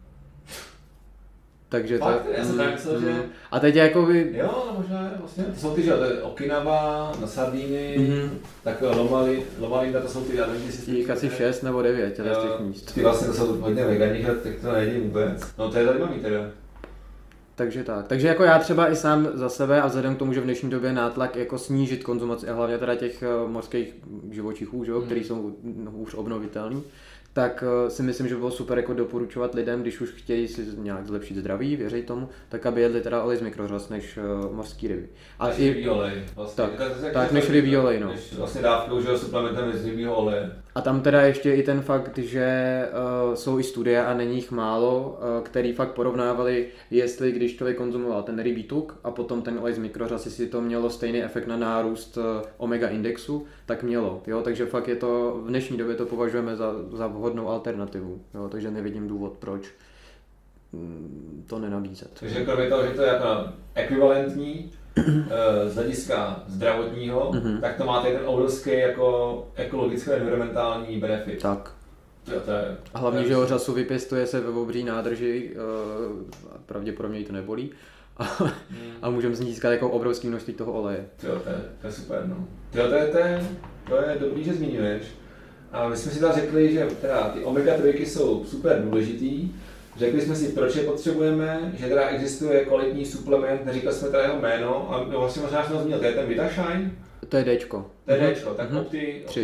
Takže
Fakt, to... Já jsem tak myslel, mm, že...
A teď jakoby...
Jo, no možná vlastně, to jsou ty, že to je Okinawa, na Sardíny, mm-hmm. tak Lomali, Lomalinda, to jsou ty, já nevím, jestli...
Jich asi šest nebo devět, těle z těch míst.
Ty vlastně to jsou hodně veganích, tak to nejde vůbec. No to je zajímavý teda.
Takže tak. Takže jako já třeba i sám za sebe a vzhledem k tomu, že v dnešní době nátlak jako snížit konzumaci a hlavně teda těch mořských živočichů, že, mm. který jsou hůř obnovitelný, tak si myslím, že by bylo super jako doporučovat lidem, když už chtějí si nějak zlepšit zdraví, věří tomu, tak aby jedli teda olej z mikrořas než uh, mořský ryby.
A než i rybí olej. Vlastně.
Tak, tak, tak než rybí olej, no.
Než vlastně dávkou, že suplementem z rybího oleje.
A tam teda ještě i ten fakt, že uh, jsou i studie a není jich málo, uh, který fakt porovnávali, jestli když člověk konzumoval ten rybí tuk a potom ten olej z mikrořas, jestli to mělo stejný efekt na nárůst uh, omega indexu, tak mělo. Jo? Takže fakt je to, v dnešní době to považujeme za, za vhodnou alternativu. Jo? Takže nevidím důvod, proč to nenabízet.
Takže kromě toho, že to je jako ekvivalentní z hlediska zdravotního, mm-hmm. tak to máte ten obrovský jako ekologický environmentální benefit.
Tak.
Jo, to je,
a hlavně, to je... že ho řasu vypěstuje se ve obří nádrži, pravděpodobně jí to nebolí. A, mm. a můžeme z ní získat jako obrovské množství toho oleje.
Jo, to je, to je super, no. Jo, to je, to je, to je dobrý, že zmiňuješ. A my jsme si teda řekli, že teda ty omega tři jsou super důležitý. Řekli jsme si, proč je potřebujeme, že teda existuje kvalitní suplement, neříkali jsme teda jeho jméno, a vlastně možná jsem ho zmínil, to je ten VitaShine?
To je Dčko.
To je Dčko, tak mm-hmm. Opti,
tři.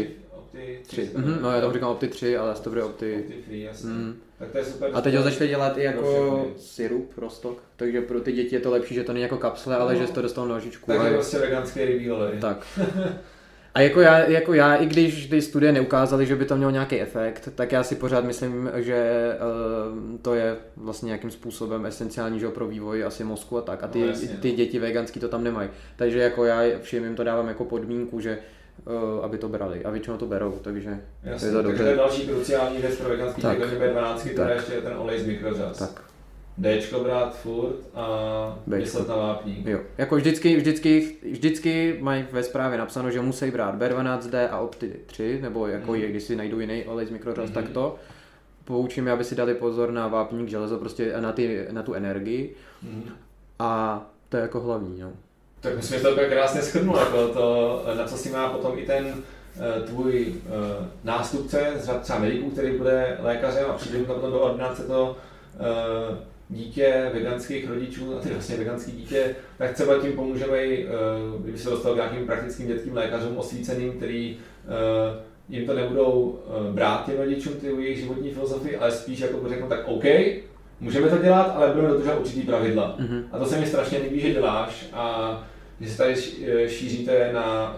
Opti
tři. Mm-hmm, no já to říkám Opti tři, ale to bude Opti...
Opti Free, jasně. Mm. Tak to je super.
A teď ho začali dělat i jako sirup, rostok, takže pro ty děti je to lepší, že to není jako kapsle, no. ale že to dostanou na lžičku.
Takže je prostě veganský rybí olej.
Tak. A jako já, jako já, i když ty studie neukázaly, že by to mělo nějaký efekt, tak já si pořád myslím, že uh, to je vlastně nějakým způsobem esenciální, že pro vývoj asi mozku a tak. A ty, no, jasně, ty děti veganský to tam nemají. Takže jako já všem jim to dávám jako podmínku, že uh, aby to brali. A většinou to berou, takže
jasně,
je to
dobře. Takže to je další kruciální věc pro veganský výkon bé dvanáct, to je ještě ten olej z mikrořas.
Tak.
Dčko brát furt a myslet na vápník.
Jo. Jako vždycky, vždycky, vždycky mají ve zprávě napsáno, že musí brát bé dvanáct dé a Opti tři, nebo jako mm. je, když si najdou jiný olej z mikrořas, mm. tak to. Poučím, aby si dali pozor na vápník, železo, prostě na, ty, na tu energii. Mm. A to je jako hlavní. No.
Tak myslím, že to tak krásně shrnul, jako to, na co si má potom i ten uh, tvůj uh, nástupce z řad třeba mediků, který bude lékařem a přijde mu potom do ordinace to uh, dítě veganských rodičů, a tedy vlastně veganský dítě, tak třeba tím pomůžeme, kdyby se dostal k nějakým praktickým dětským lékařům osvíceným, který jim to nebudou brát těm rodičům, ty jejich životní filozofii, ale spíš jako řeknou tak OK, můžeme to dělat, ale budeme dodržovat určitý pravidla. Mm-hmm. A to se mi strašně líbí, že děláš a že se tady šíříte na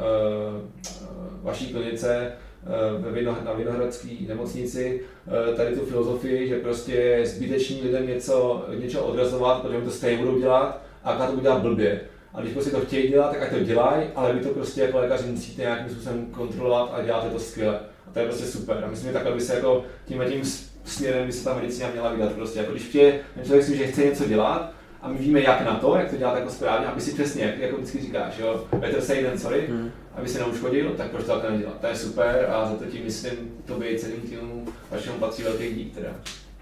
vaší klinice na Vinohradské nemocnici tady tu filozofii, že prostě je zbytečný lidem něco, něco odrazovat, protože to stejně budou dělat a ať to budou dělat blbě. A když prostě to chtějí dělat, tak ať to dělají, ale vy to prostě jako lékaři musíte nějakým způsobem kontrolovat a děláte to skvěle. A to je prostě super. A myslím, že takhle by se jako tímhle tím směrem by se ta medicína měla vydat. Prostě jako když tě, ten člověk si, že chce něco dělat, a my víme jak na to, jak to dělat jako správně, aby si přesně, jako vždycky říkáš, jo, better say than sorry, hmm. aby si neuškodil, tak proč to takhle nedělat. To je super a za to tím myslím, tobě i celým týmu vašemu patří velký dík teda.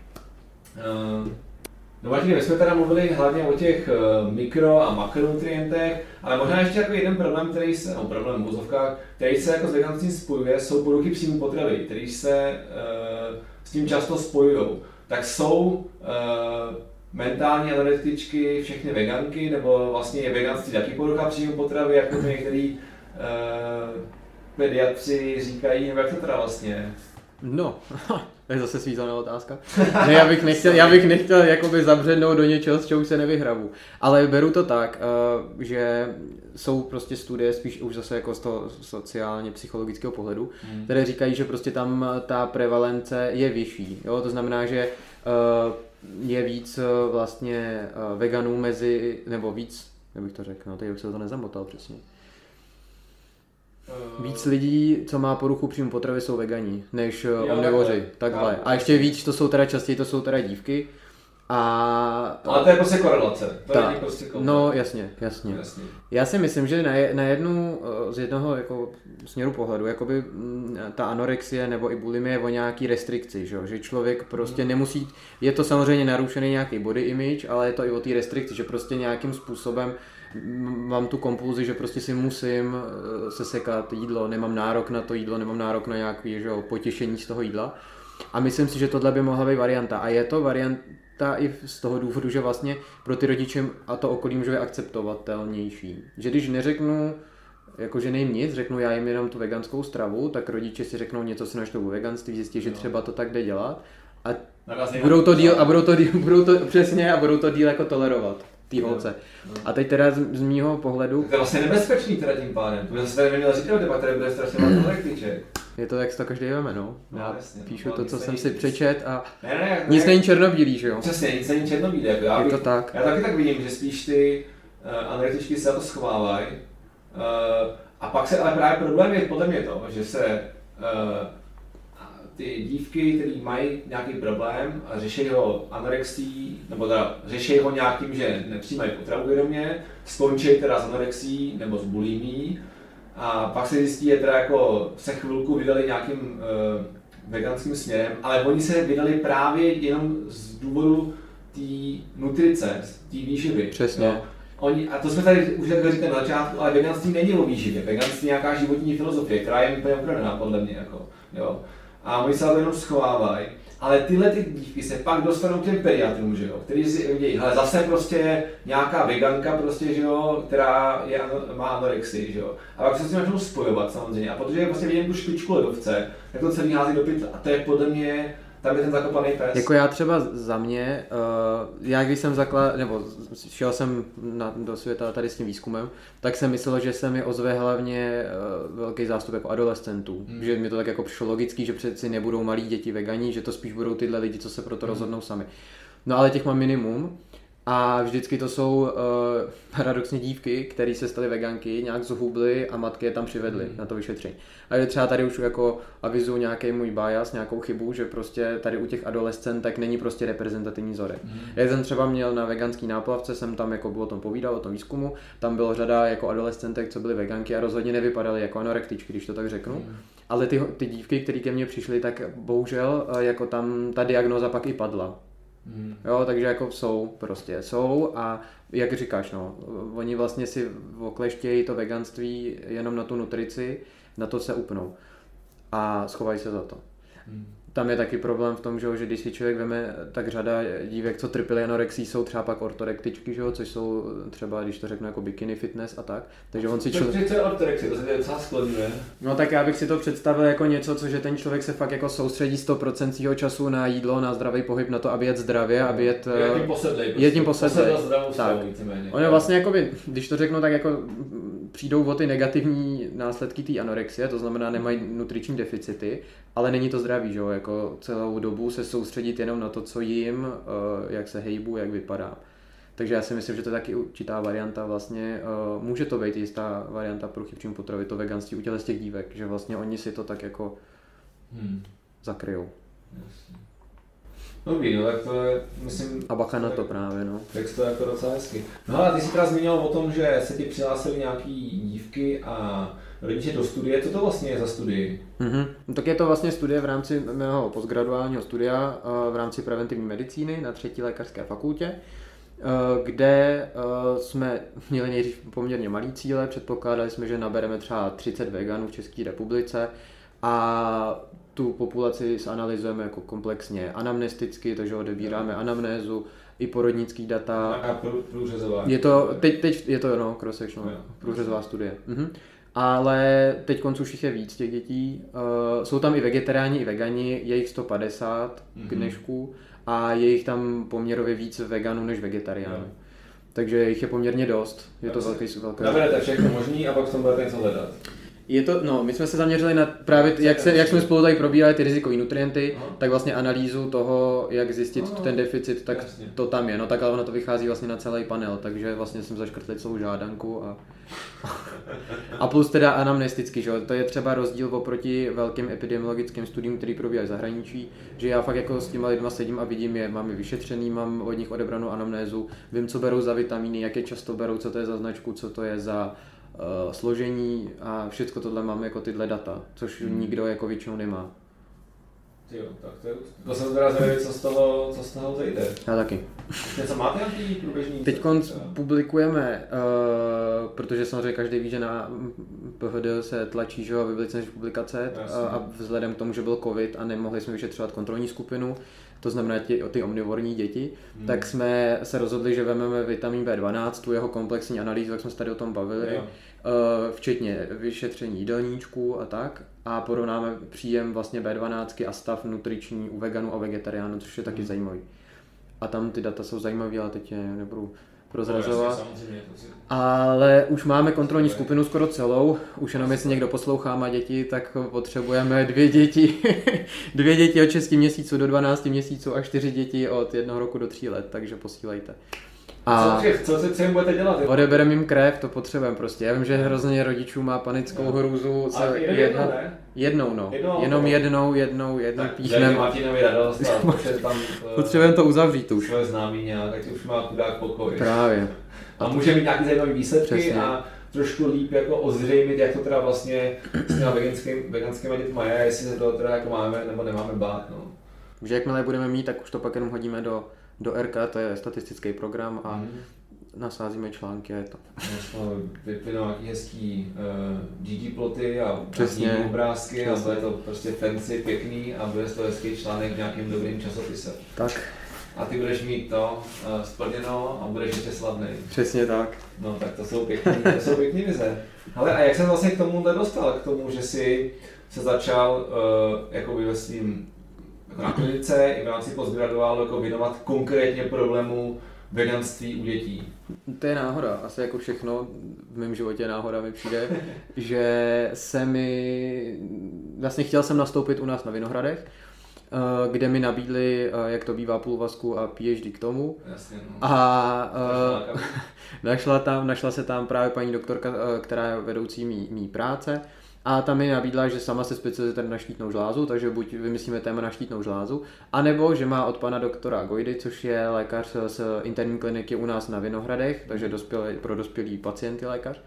Uh, no Martine, my jsme teda mluvili hlavně o těch uh, mikro- a makronutrientech, ale možná ještě jako jeden problém, který se, no problém v úzovkách, který se jako s veganstvím spojuje, jsou poruchy příjmu potravy, které se uh, s tím často spojují. Tak jsou uh, mentální analytičky, všechny veganky, nebo vlastně je veganství taky porucha příjmu potravy, jako to některý uh, pediatři říkají, nebo jak to teda vlastně?
No, to je zase svízelná otázka. Ne, já bych nechtěl, já bych nechtěl jakoby zabřednout do něčeho, z čeho se nevyhrabu. Ale beru to tak, uh, že jsou prostě studie spíš už zase jako z toho sociálně psychologického pohledu, hmm. které říkají, že prostě tam ta prevalence je vyšší. Jo? To znamená, že uh, je víc vlastně veganů mezi, nebo víc, jak bych to řekl, no teď už se to nezamotal přesně. Víc lidí, co má poruchu příjmu potravy, jsou vegani, než omnivoři, takhle. A ještě víc, to jsou teda častěji, to jsou teda dívky. A...
Ale to je prostě korelace, to ta, je prostě korelace.
No jasně, jasně, jasně. Já si myslím, že na, na jednu, z jednoho jako směru pohledu, jakoby ta anorexie nebo i bulimie je o nějaký restrikci, že, že člověk prostě hmm. nemusí, je to samozřejmě narušený nějaký body image, ale je to i o té restrikci, že prostě nějakým způsobem mám tu kompulzi, že prostě si musím sesekat jídlo, nemám nárok na to jídlo, nemám nárok na nějaké potěšení z toho jídla. A myslím si, že tohle by mohla být varianta. A je to varianta i z toho důvodu, že vlastně pro ty rodiče a to okolí může být akceptovatelnější. Že když neřeknu, jakože nejím nic, řeknu já jim jenom tu veganskou stravu, tak rodiče si řeknou něco, si naštou o veganství, zjistí, že třeba to tak jde dělat. A budou to díl, a budou to, díl, budou to přesně a budou to díl jako tolerovat. Tý holce. No, no. A teď teda z, z mýho pohledu...
To je vlastně nebezpečný teda tím pádem. To by zase tady neměl říkat, že tady bude strašně málo električek.
Je to, jak to každý veme, no. Já no, jasně, píšu no, to, co jsem nic, si přečet a
ne, ne, ne,
nic ne, není černobílý, že jo?
Přesně, nic není černobílý. Jako já,
je
bych,
to tak.
Já taky tak vidím, že spíš ty uh, analytičky se za to schovávají. Uh, a pak se, ale právě problém je podle mě to, že se uh, ty dívky, které mají nějaký problém a řeší ho anorexií, nebo teda řeší ho nějakým, že nepřijímají potravu vědomě, skončí teda s anorexií nebo s bulimií a pak se zjistí, že teda jako se chvilku vydali nějakým uh, veganským směrem, ale oni se vydali právě jenom z důvodu té nutrice, té výživy.
Přesně.
Jo. Oni, a to jsme tady už jako říkali na začátku, ale veganství není o výživě, veganství je nějaká životní filozofie, která je úplně ukradená podle mě. Jako, jo. A oni se to jenom schovávají. Ale tyhle ty dívky se pak dostanou k těm pediatrům, že jo, který si vidějí, hele zase prostě nějaká veganka prostě, že jo, která je, má anorexii, že jo. A pak se s tím začnou spojovat samozřejmě. A protože prostě vidím tu špičku ledovce, tak to celý hází do pytle. A to je podle mě, tam je ten zakopaný pes.
Jako já třeba za mě, uh, já když jsem zaklad, nebo šel jsem na, do světa tady s tím výzkumem, tak jsem myslel, že se mi ozve hlavně uh, velký zástup jako adolescentů. Hmm. Že mi to tak jako přišlo logický, že přeci nebudou malí děti vegani, že to spíš budou tyhle lidi, co se pro to hmm. rozhodnou sami. No ale těch mám minimum. A vždycky to jsou uh, paradoxně dívky, které se staly veganky, nějak zhubly a matky je tam přivedly mm. na to vyšetření. A třeba tady už jako avizuju nějaký můj bias, nějakou chybu, že prostě tady u těch adolescentek není prostě reprezentativní vzorek. Mm. Já jsem třeba měl na veganský náplavce, jsem tam jako o tom povídal, o tom výzkumu, tam bylo řada jako adolescentek, co byly veganky a rozhodně nevypadaly jako anorektičky, když to tak řeknu. Mm. Ale ty, ty dívky, které ke mně přišly, tak bohužel jako tam ta diagnóza pak i padla. Hmm. Jo, takže jako jsou, prostě jsou a jak říkáš, no, oni vlastně si okleštějí to veganství jenom na tu nutrici, na to se upnou a schovají se za to. Hmm. Tam je taky problém v tom, že když si člověk veme, tak řada dívek, co trpěly anorexí, jsou třeba pak ortorektičky, že jo, což jsou třeba, když to řeknu, jako bikini fitness a tak. Takže on si
člověk... Co je ortorexie? To se docela skloňuje.
No tak já bych si to představil jako něco, co že ten člověk se fakt jako soustředí sto procent svého času na jídlo, na zdravý pohyb, na to, aby jet zdravě, aby jet...
Je tím posedlej. Prostě.
Je tím posedlej. Tak. Ono vlastně jakoby, když to řeknu, tak jako přijdou o ty negativní následky té anorexie, to znamená nemají nutriční deficity, ale není to zdravý, že jo, jako celou dobu se soustředit jenom na to, co jím, jak se hejbu, jak vypadá. Takže já si myslím, že to je taky určitá varianta vlastně, může to být jistá varianta pro chybčím potravy, to veganství u těchto těch dívek, že vlastně oni si to tak jako hmm. zakryjou.
Jasně. Dobrý, no tak to je, myslím...
A bacha na to právě, no.
Tak to je jako docela hezky. No ale ty jsi teda zmínil o tom, že se ti přihlásily nějaký dívky a rodiče do studie. Co to vlastně je za studii?
Mm-hmm. No, tak je to vlastně studie v rámci mého postgraduálního studia v rámci preventivní medicíny na třetí lékařské fakultě, kde jsme měli nejdřív poměrně malý cíle, předpokládali jsme, že nabereme třeba třicet veganů v České republice a tu populaci analyzujeme jako komplexně anamnesticky, takže odebíráme anamnézu, i porodnický data.
Nějaká průřezová.
Je to, teď, teď je to no, cross-sectional, průřezová studie. Mhm. Ale teď konc už jich je víc těch dětí. Uh, jsou tam i vegetariáni, i vegani, je jich sto padesát mm-hmm. k dnešku a je jich tam poměrově víc veganů než vegetariánů. Jo. Takže jich je poměrně dost. Je to velký velké.
Naberete všechno možný a pak v tom budete něco hledat.
Je to, no, my jsme se zaměřili na právě, jak, se, jak jsme spolu tady probírali ty rizikové nutrienty, aha. tak vlastně analýzu toho, jak zjistit aha. ten deficit, tak jasně. to tam je. No tak ale ono to vychází vlastně na celý panel, takže vlastně jsem zaškrtl celou žádanku a a plus teda anamnesticky, že? To je třeba rozdíl oproti velkým epidemiologickým studiím, který probíhají v zahraničí, že já fakt jako s těma lidma sedím a vidím je, mám je vyšetřený, mám od nich odebranou anamnézu, vím, co berou za vitamíny, jak je často berou, co to je za značku, co to je za Uh, složení a všechno tohle máme jako tyhle data, což hmm. nikdo jako většinou nemá.
Jo, tak to, je, to jsem teda zvědavý, co z toho, co z toho zajde.
Já taky.
Něco máte nějaký průběžný?
Teď publikujeme, uh, protože samozřejmě každý ví, že na P H D se tlačí, že aby byly cenné publikace uh, a vzhledem k tomu, že byl covid a nemohli jsme vyšetřovat kontrolní skupinu, to znamená ty, ty omnivorní děti, hmm. tak jsme se rozhodli, že vezmeme vitamin B dvanáct, tu jeho komplexní analýzu, jak jsme se tady o tom bavili, jo. včetně vyšetření jídelníčků a tak, a porovnáme příjem vlastně B dvanáct a stav nutriční u veganů a vegetariánů, což je taky hmm. zajímavý. A tam ty data jsou zajímavé, ale teď je nebudu prozrazovat. Ale už máme kontrolní skupinu skoro celou, už jenom jestli někdo poslouchá, má děti, tak potřebujeme dvě děti, dvě děti od šesti měsíců do dvanácti měsíců a čtyři děti od jednoho roku do tří let, takže posílejte.
A co, co, co jim budete dělat?
Odebereme jim krev, to potřebujeme prostě. Já vím, že hrozně rodičů má panickou no. hrůzu.
Co ale jednou, jednou, ne?
Jednou, no.
Jednou,
Jenom jednou, jednou, jednou píšnem.
Martinovi radost a tam...
Potřebujeme to uzavřít už.
Svoje známý nějak, tak už má chudák pokoj.
Právě.
A, a může mít nějaký zajímavý výsledky
přesně.
A trošku líp jako ozřejmit, jak to teda vlastně s těma veganskými dětma je, jestli se to teda jako máme nebo nemáme bát, no.
Že jakmile budeme mít, tak už to pak jenom hodíme do, do R K, to je statistický program a mm. nasázíme články a je to.
Vyplynou nějaký hezký uh, G G ploty a
Přesně.
obrázky
Přesně.
a bude to prostě fancy, pěkný a bude to hezký článek v nějakým dobrým časopise.
Tak.
A ty budeš mít to uh, splněno a budeš ještě slavný.
Přesně tak.
No tak to jsou pěkný, to jsou pěkný vize. Ale a jak jsem vlastně k tomu dostal? K tomu, že jsi se začal uh, jakoby ve svým jako na klinice i v rámci postgraduálu jako věnovat konkrétně problému veganství u dětí.
To je náhoda, asi jako všechno v mém životě náhoda mi přijde, že se mi, vlastně chtěl jsem nastoupit u nás na Vinohradech, kde mi nabídli, jak to bývá, půlvazku a PhD k tomu.
Jasně, no.
A uh, našla, tam, našla se tam právě paní doktorka, která je vedoucí mý, mý práce. A tam mi nabídla, že sama se specializuje na štítnou žlázu, takže buď vymyslíme téma na štítnou žlázu, anebo že má od pana doktora Gojdy, což je lékař z interní kliniky u nás na Vinohradech, takže dospělý, pro dospělý pacienty lékař,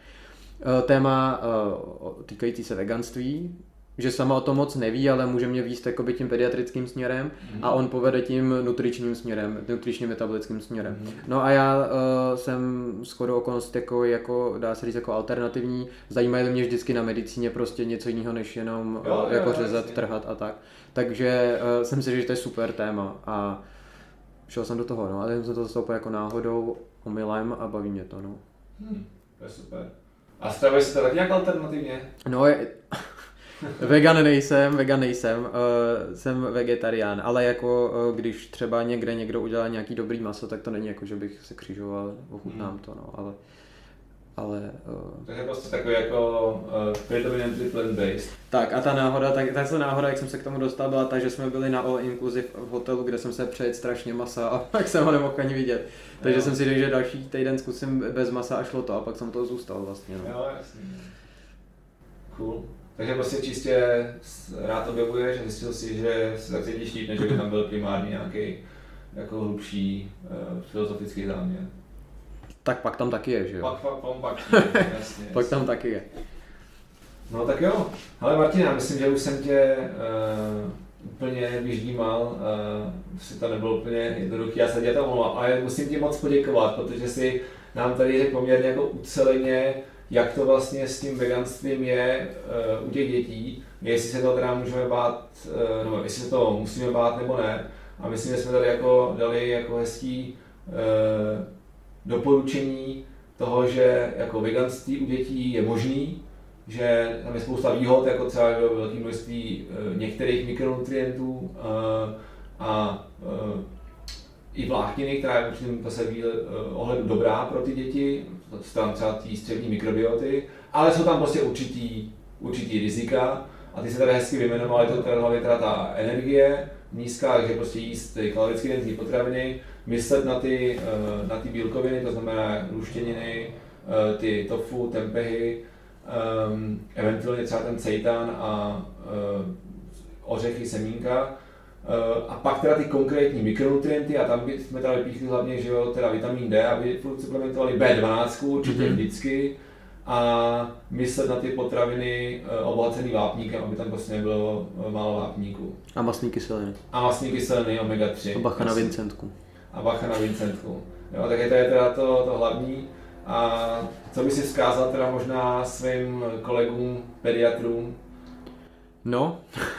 téma týkající se veganství, že sama o tom moc neví, ale může mě vést jakoby tím pediatrickým směrem a on povede tím nutričním směrem, nutričně metabolickým směrem. Mm. No a já uh, jsem shodou okolností jako, jako, dá se říct, jako alternativní, zajímají mě vždycky na medicíně prostě něco jiného, než jenom uh, jo, jako jo, řezat, jasně. Trhat a tak. Takže uh, jsem si říct, že to je super téma a šel jsem do toho, no a teď jsem to zastoupil jako náhodou, omylem a baví mě to, no.
Hmm, to je super. A stravuješ se to tak nějak alternativně?
No je... Vegan nejsem, vegan nejsem, uh, jsem vegetarián, ale jako uh, když třeba někde někdo udělá nějaký dobrý maso, tak to není jako, že bych se křižoval, ochutnám to, no, ale... ale uh...
Takže prostě takový jako uh, predominantly plant-based.
Tak a ta náhoda, tak, ta náhoda, jak jsem se k tomu dostal, byla ta, že jsme byli na all inclusive v hotelu, kde jsem se přejet strašně masa a pak jsem ho nemohl ani vidět. Takže jo. Jsem si řekl, že další týden zkusím bez masa a šlo to a pak jsem to zůstal vlastně, no.
Jo, jasně. Cool. Takže prostě čistě rád objevuješ a zjistil si, že se tak cítíš líp, než by tam byl primárně nějaký jako hlubší uh, filozofický záměr.
Tak pak tam taky je, že jo?
Pak, pak, pak, pak, jasně, jasně.
Pak tam taky je.
No tak jo, ale Martina, já myslím, že už jsem tě uh, úplně vyždímal, uh, si to nebylo úplně jednoduchý, já se tě to omlouvám, ale musím ti moc poděkovat, protože si nám tady řekl poměrně jako uceleně, jak to vlastně s tím veganstvím je uh, u těch dětí, jestli se to teda můžeme bát, uh, nebo jestli se to musíme bát nebo ne. A myslím, že jsme tady jako dali jako hezký uh, doporučení toho, že jako veganství u dětí je možný, že tam je spousta výhod, jako třeba velké množství uh, některých mikronutrientů uh, a uh, i vlákniny, která je určitým zase uh, ohledu dobrá pro ty děti, tam třeba ty střevní mikrobioty, ale jsou tam prostě určitý, určitý rizika a ty se tady hezky vyjmenovaly, to teda hlavně teda ta energie nízká, takže prostě jíst ty kaloricky denzní potraviny, myslet na ty, uh, na ty bílkoviny, to znamená luštěniny, uh, ty tofu, tempehy, um, eventuálně třeba ten seitan a uh, ořechy, semínka. Uh, a pak teda ty konkrétní mikronutrienty a tam jsme teda vypíchli hlavně, že jo, teda vitamin D, aby furt suplementovali B dvanáct určitě mm-hmm. vždycky a myslet na ty potraviny uh, obohacený vápníkem, aby tam prostě nebylo uh, málo vápníku.
A mastní kyseliny.
A mastní kyseliny omega tři.
A bacha na Vincentku.
A bacha na Vincentku. Jo, tak je to je teda to, to hlavní. A co by si vzkázal teda možná svým kolegům, pediatrům?
No,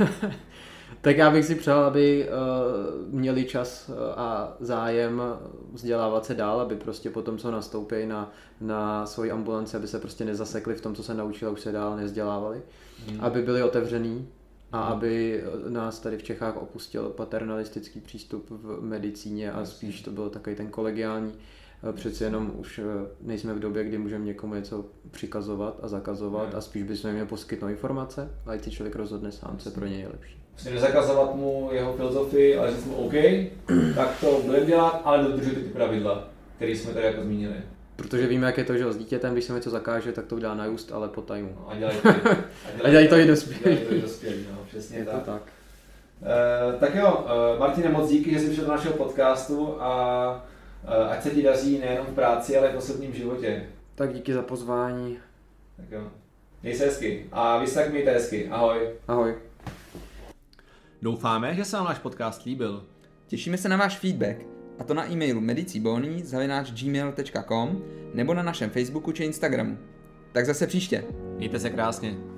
tak já bych si přál, aby uh, měli čas a zájem vzdělávat se dál, aby prostě potom, co nastoupí na, na svoji ambulanci, aby se prostě nezasekli v tom, co se naučili a už se dál nevzdělávali, hmm. aby byli otevřený a hmm. aby nás tady v Čechách opustil paternalistický přístup v medicíně a spíš to byl takový ten kolegiální. Přeci jenom už nejsme v době, kdy můžeme někomu něco přikazovat a zakazovat hmm. a spíš bychom měli poskytnout informace, a ať si člověk rozhodne sám, co pro něj je lepší.
Vlastně nezakazovat mu jeho filozofii, ale říct mu OK, tak to budeme dělat, ale dodržujte ty pravidla, které jsme tady jako zmínili.
Protože víme, jak je to, že s dítětem, když se něco zakáže, tak to dá na just, ale po tajmu.
No, a dělají to,
a dělají to i dospělí.
Dělají to i dospělí, no, přesně
je
tak.
To tak.
Uh, tak jo, uh, Martine, moc díky, že jsi přišel do našeho podcastu a uh, ať se ti daří nejenom v práci, ale i v osobním životě.
Tak díky za pozvání.
Tak jo. Měj se hezky a vy se tak mějte hezky. Ahoj.
Ahoj.
Doufáme, že se vám náš podcast líbil.
Těšíme se na váš feedback. A to na e-mailu medicibony zavináč gmail tečka com nebo na našem Facebooku či Instagramu. Tak zase příště.
Mějte se krásně.